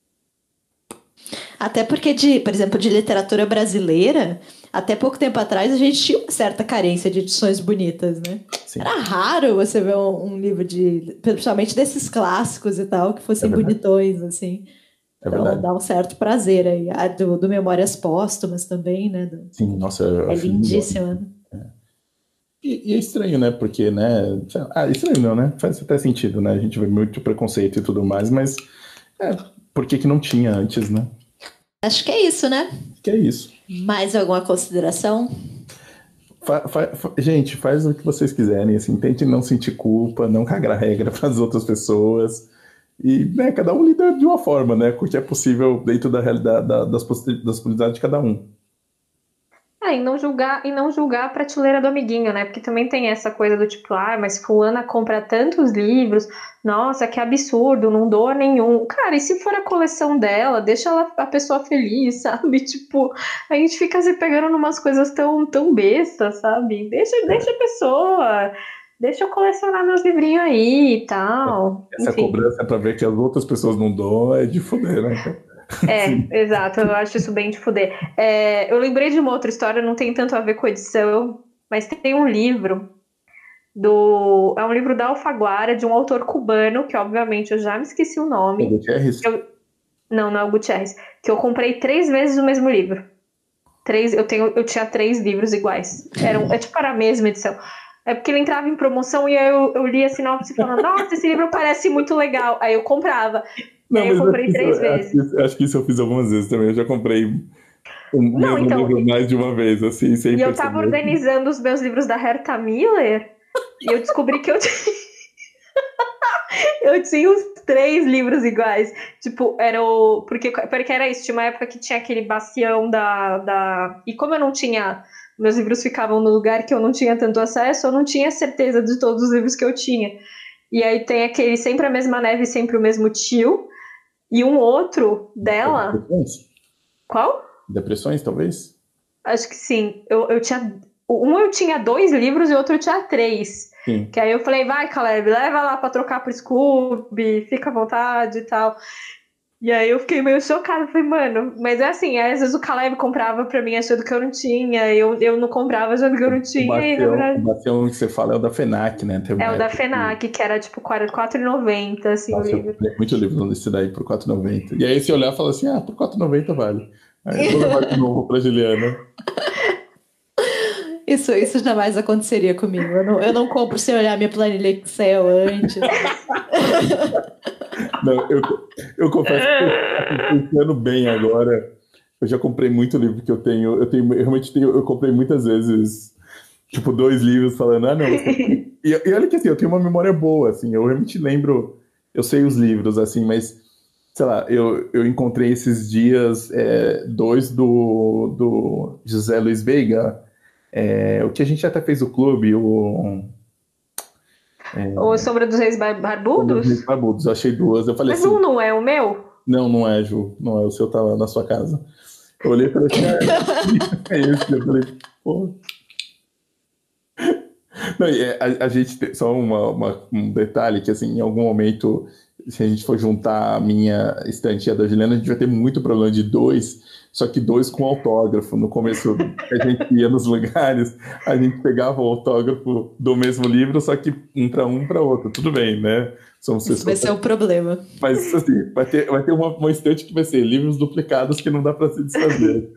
Até porque, por exemplo, de literatura brasileira, até pouco tempo atrás a gente tinha uma certa carência de edições bonitas, né? Sim. Era raro você ver um livro principalmente desses clássicos e tal, que fossem bonitões, assim. Então dá um certo prazer aí. A do Memórias Póstumas também, né? Sim, nossa, eu acho lindíssima. E é estranho, né? Porque, né? Estranho não, né? Faz até sentido, né? A gente vê muito preconceito e tudo mais, mas por que não tinha antes, né? Acho que é isso, né? Que é isso. Mais alguma consideração? Gente, faz o que vocês quiserem, assim, tentem não sentir culpa, não cagar regra para as outras pessoas. E, né, cada um lida de uma forma, né? O que é possível dentro da realidade, das possibilidades de cada um. E não julgar a prateleira do amiguinho, né? Porque também tem essa coisa do tipo, mas fulana compra tantos livros, nossa, que absurdo, não doa nenhum. Cara, e se for a coleção dela, deixa a pessoa feliz, sabe? Tipo, a gente fica se pegando numas coisas tão bestas, sabe? Deixa a pessoa, deixa eu colecionar meus livrinhos aí e tal. Essa cobrança pra ver que as outras pessoas não doam é de foder, né? Exato, eu acho isso bem de fuder. Eu lembrei de uma outra história, não tem tanto a ver com edição, mas tem um livro é um livro da Alfaguara, de um autor cubano, que obviamente eu já me esqueci o nome. O Gutierrez? Não é o Gutierrez. Que eu comprei 3 vezes o mesmo livro. Eu tinha 3 livros iguais. Era a mesma edição. É porque ele entrava em promoção e eu lia a sinopse falando, nossa, esse livro parece muito legal. Aí eu comprava. Não, eu comprei 3 vezes. Acho que isso eu fiz algumas vezes também. Eu já comprei livro mais de uma vez, assim, sem perceber. E eu tava organizando os meus livros da Herta Miller e eu descobri que eu tinha uns 3 livros iguais. Tipo, porque era isso. Tinha uma época que tinha aquele bacião E como eu não tinha... Meus livros ficavam no lugar que eu não tinha tanto acesso, eu não tinha certeza de todos os livros que eu tinha. E aí tem aquele Sempre a Mesma Neve, Sempre o Mesmo Tio. E um outro dela... Depressões? Qual? Depressões, talvez? Acho que sim. Eu tinha Um eu tinha 2 livros e o outro eu tinha 3. Sim. Que aí eu falei, vai, Caleb, leva lá pra trocar pro Scooby, fica à vontade e tal. E aí eu fiquei meio chocada, falei, mano, mas é assim, às vezes o Caleb comprava pra mim achando que eu não tinha, eu não comprava achando que eu não tinha. O Bastião que você fala é o da FENAC, né? É o da FENAC, que era tipo R$4,90, assim, nossa, o livro. Eu comprei muito livro nesse daí por R$4,90. E aí você olhar e fala assim, por R$4,90 vale. Aí eu vou levar de novo pra Juliana. Isso jamais aconteceria comigo. Eu não compro sem olhar minha planilha Excel antes. Não, eu confesso que eu tô pensando bem agora. Eu já comprei muito livro que eu tenho. Eu comprei muitas vezes, tipo, 2 livros falando, não. E olha que assim, eu tenho uma memória boa, assim, eu realmente lembro, eu sei os livros, assim, mas, sei lá, eu encontrei esses dias 2 do José Luiz Veiga, o que a gente até fez o clube, o Sombra dos Reis Barbudos? Reis Barbudos, eu achei 2, eu falei mas assim... um não é o meu? Não é, Ju, não é, o seu tá lá na sua casa. Eu olhei e falei assim, é esse, eu falei, pô... Não, a gente tem só um detalhe que, assim, em algum momento, se a gente for juntar a minha estante e a da Juliana, a gente vai ter muito problema de 2, só que 2 com autógrafo. No começo, a gente ia nos lugares, a gente pegava o autógrafo do mesmo livro, só que um para outro. Tudo bem, né? Isso vai ser um problema. Mas, assim, vai ter uma estante que vai ser livros duplicados que não dá para se desfazer.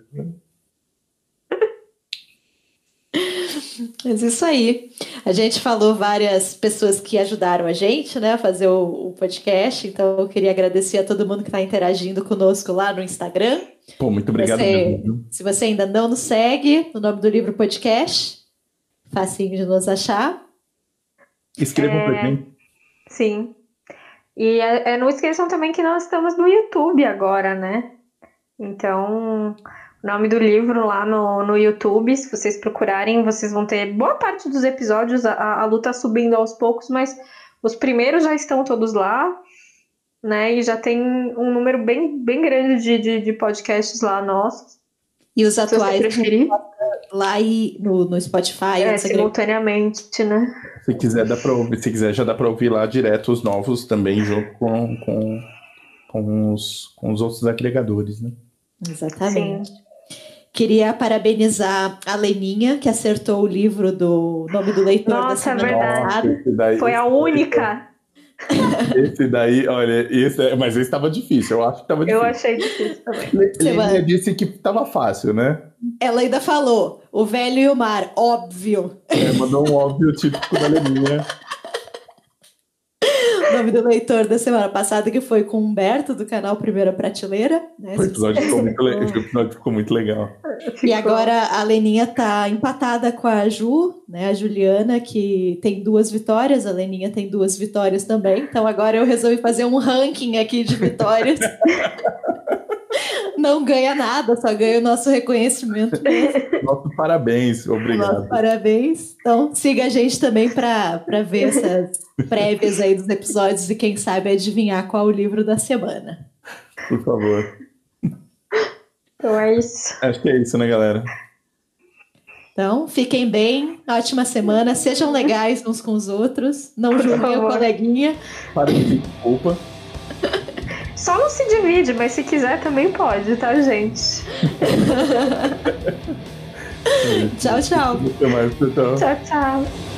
Mas isso aí. A gente falou várias pessoas que ajudaram a gente, né, a fazer o podcast. Então, eu queria agradecer a todo mundo que está interagindo conosco lá no Instagram. Pô, muito obrigado mesmo. Se você ainda não nos segue, no nome do livro podcast, facinho de nos achar. Escrevam pra gente. Sim. E não esqueçam também que nós estamos no YouTube agora, né? Então... O nome do livro lá no YouTube, se vocês procurarem, vocês vão ter boa parte dos episódios, a Lu tá subindo aos poucos, mas os primeiros já estão todos lá, né? E já tem um número bem, bem grande de podcasts lá nossos. E os atuais lá no Spotify. Simultaneamente, né? Se quiser, dá pra ouvir. Se quiser, já dá pra ouvir lá direto os novos também, junto com os outros agregadores, né? Exatamente. Sim. Queria parabenizar a Leninha, que acertou o livro do Nome do Leitor da semana passada. Foi a única. Esse daí, olha, mas esse estava difícil, eu acho que estava difícil. Eu achei difícil também. Leninha disse que estava fácil, né? Ela ainda falou, o velho e o mar, óbvio. Mandou um óbvio típico da Leninha. O Nome do Leitor da semana passada, que foi com o Humberto, do canal Primeira Prateleira. Né? O episódio ficou muito legal. E agora a Leninha tá empatada com a Ju, né? A Juliana, que tem 2 vitórias, a Leninha tem 2 vitórias também. Então agora eu resolvi fazer um ranking aqui de vitórias. Não ganha nada, só ganha o nosso reconhecimento mesmo. Nosso parabéns, obrigado. Nosso parabéns. Então siga a gente também para ver essas prévias aí dos episódios e quem sabe adivinhar qual o livro da semana. Por favor. Então é isso. Acho que é isso, né, galera? Então, fiquem bem, ótima semana, sejam legais uns com os outros, não julguem o coleguinha. Para de pedir desculpa. Só não se divide, mas se quiser também pode, tá, gente? Tchau, tchau. Até mais, pessoal. Tchau, tchau.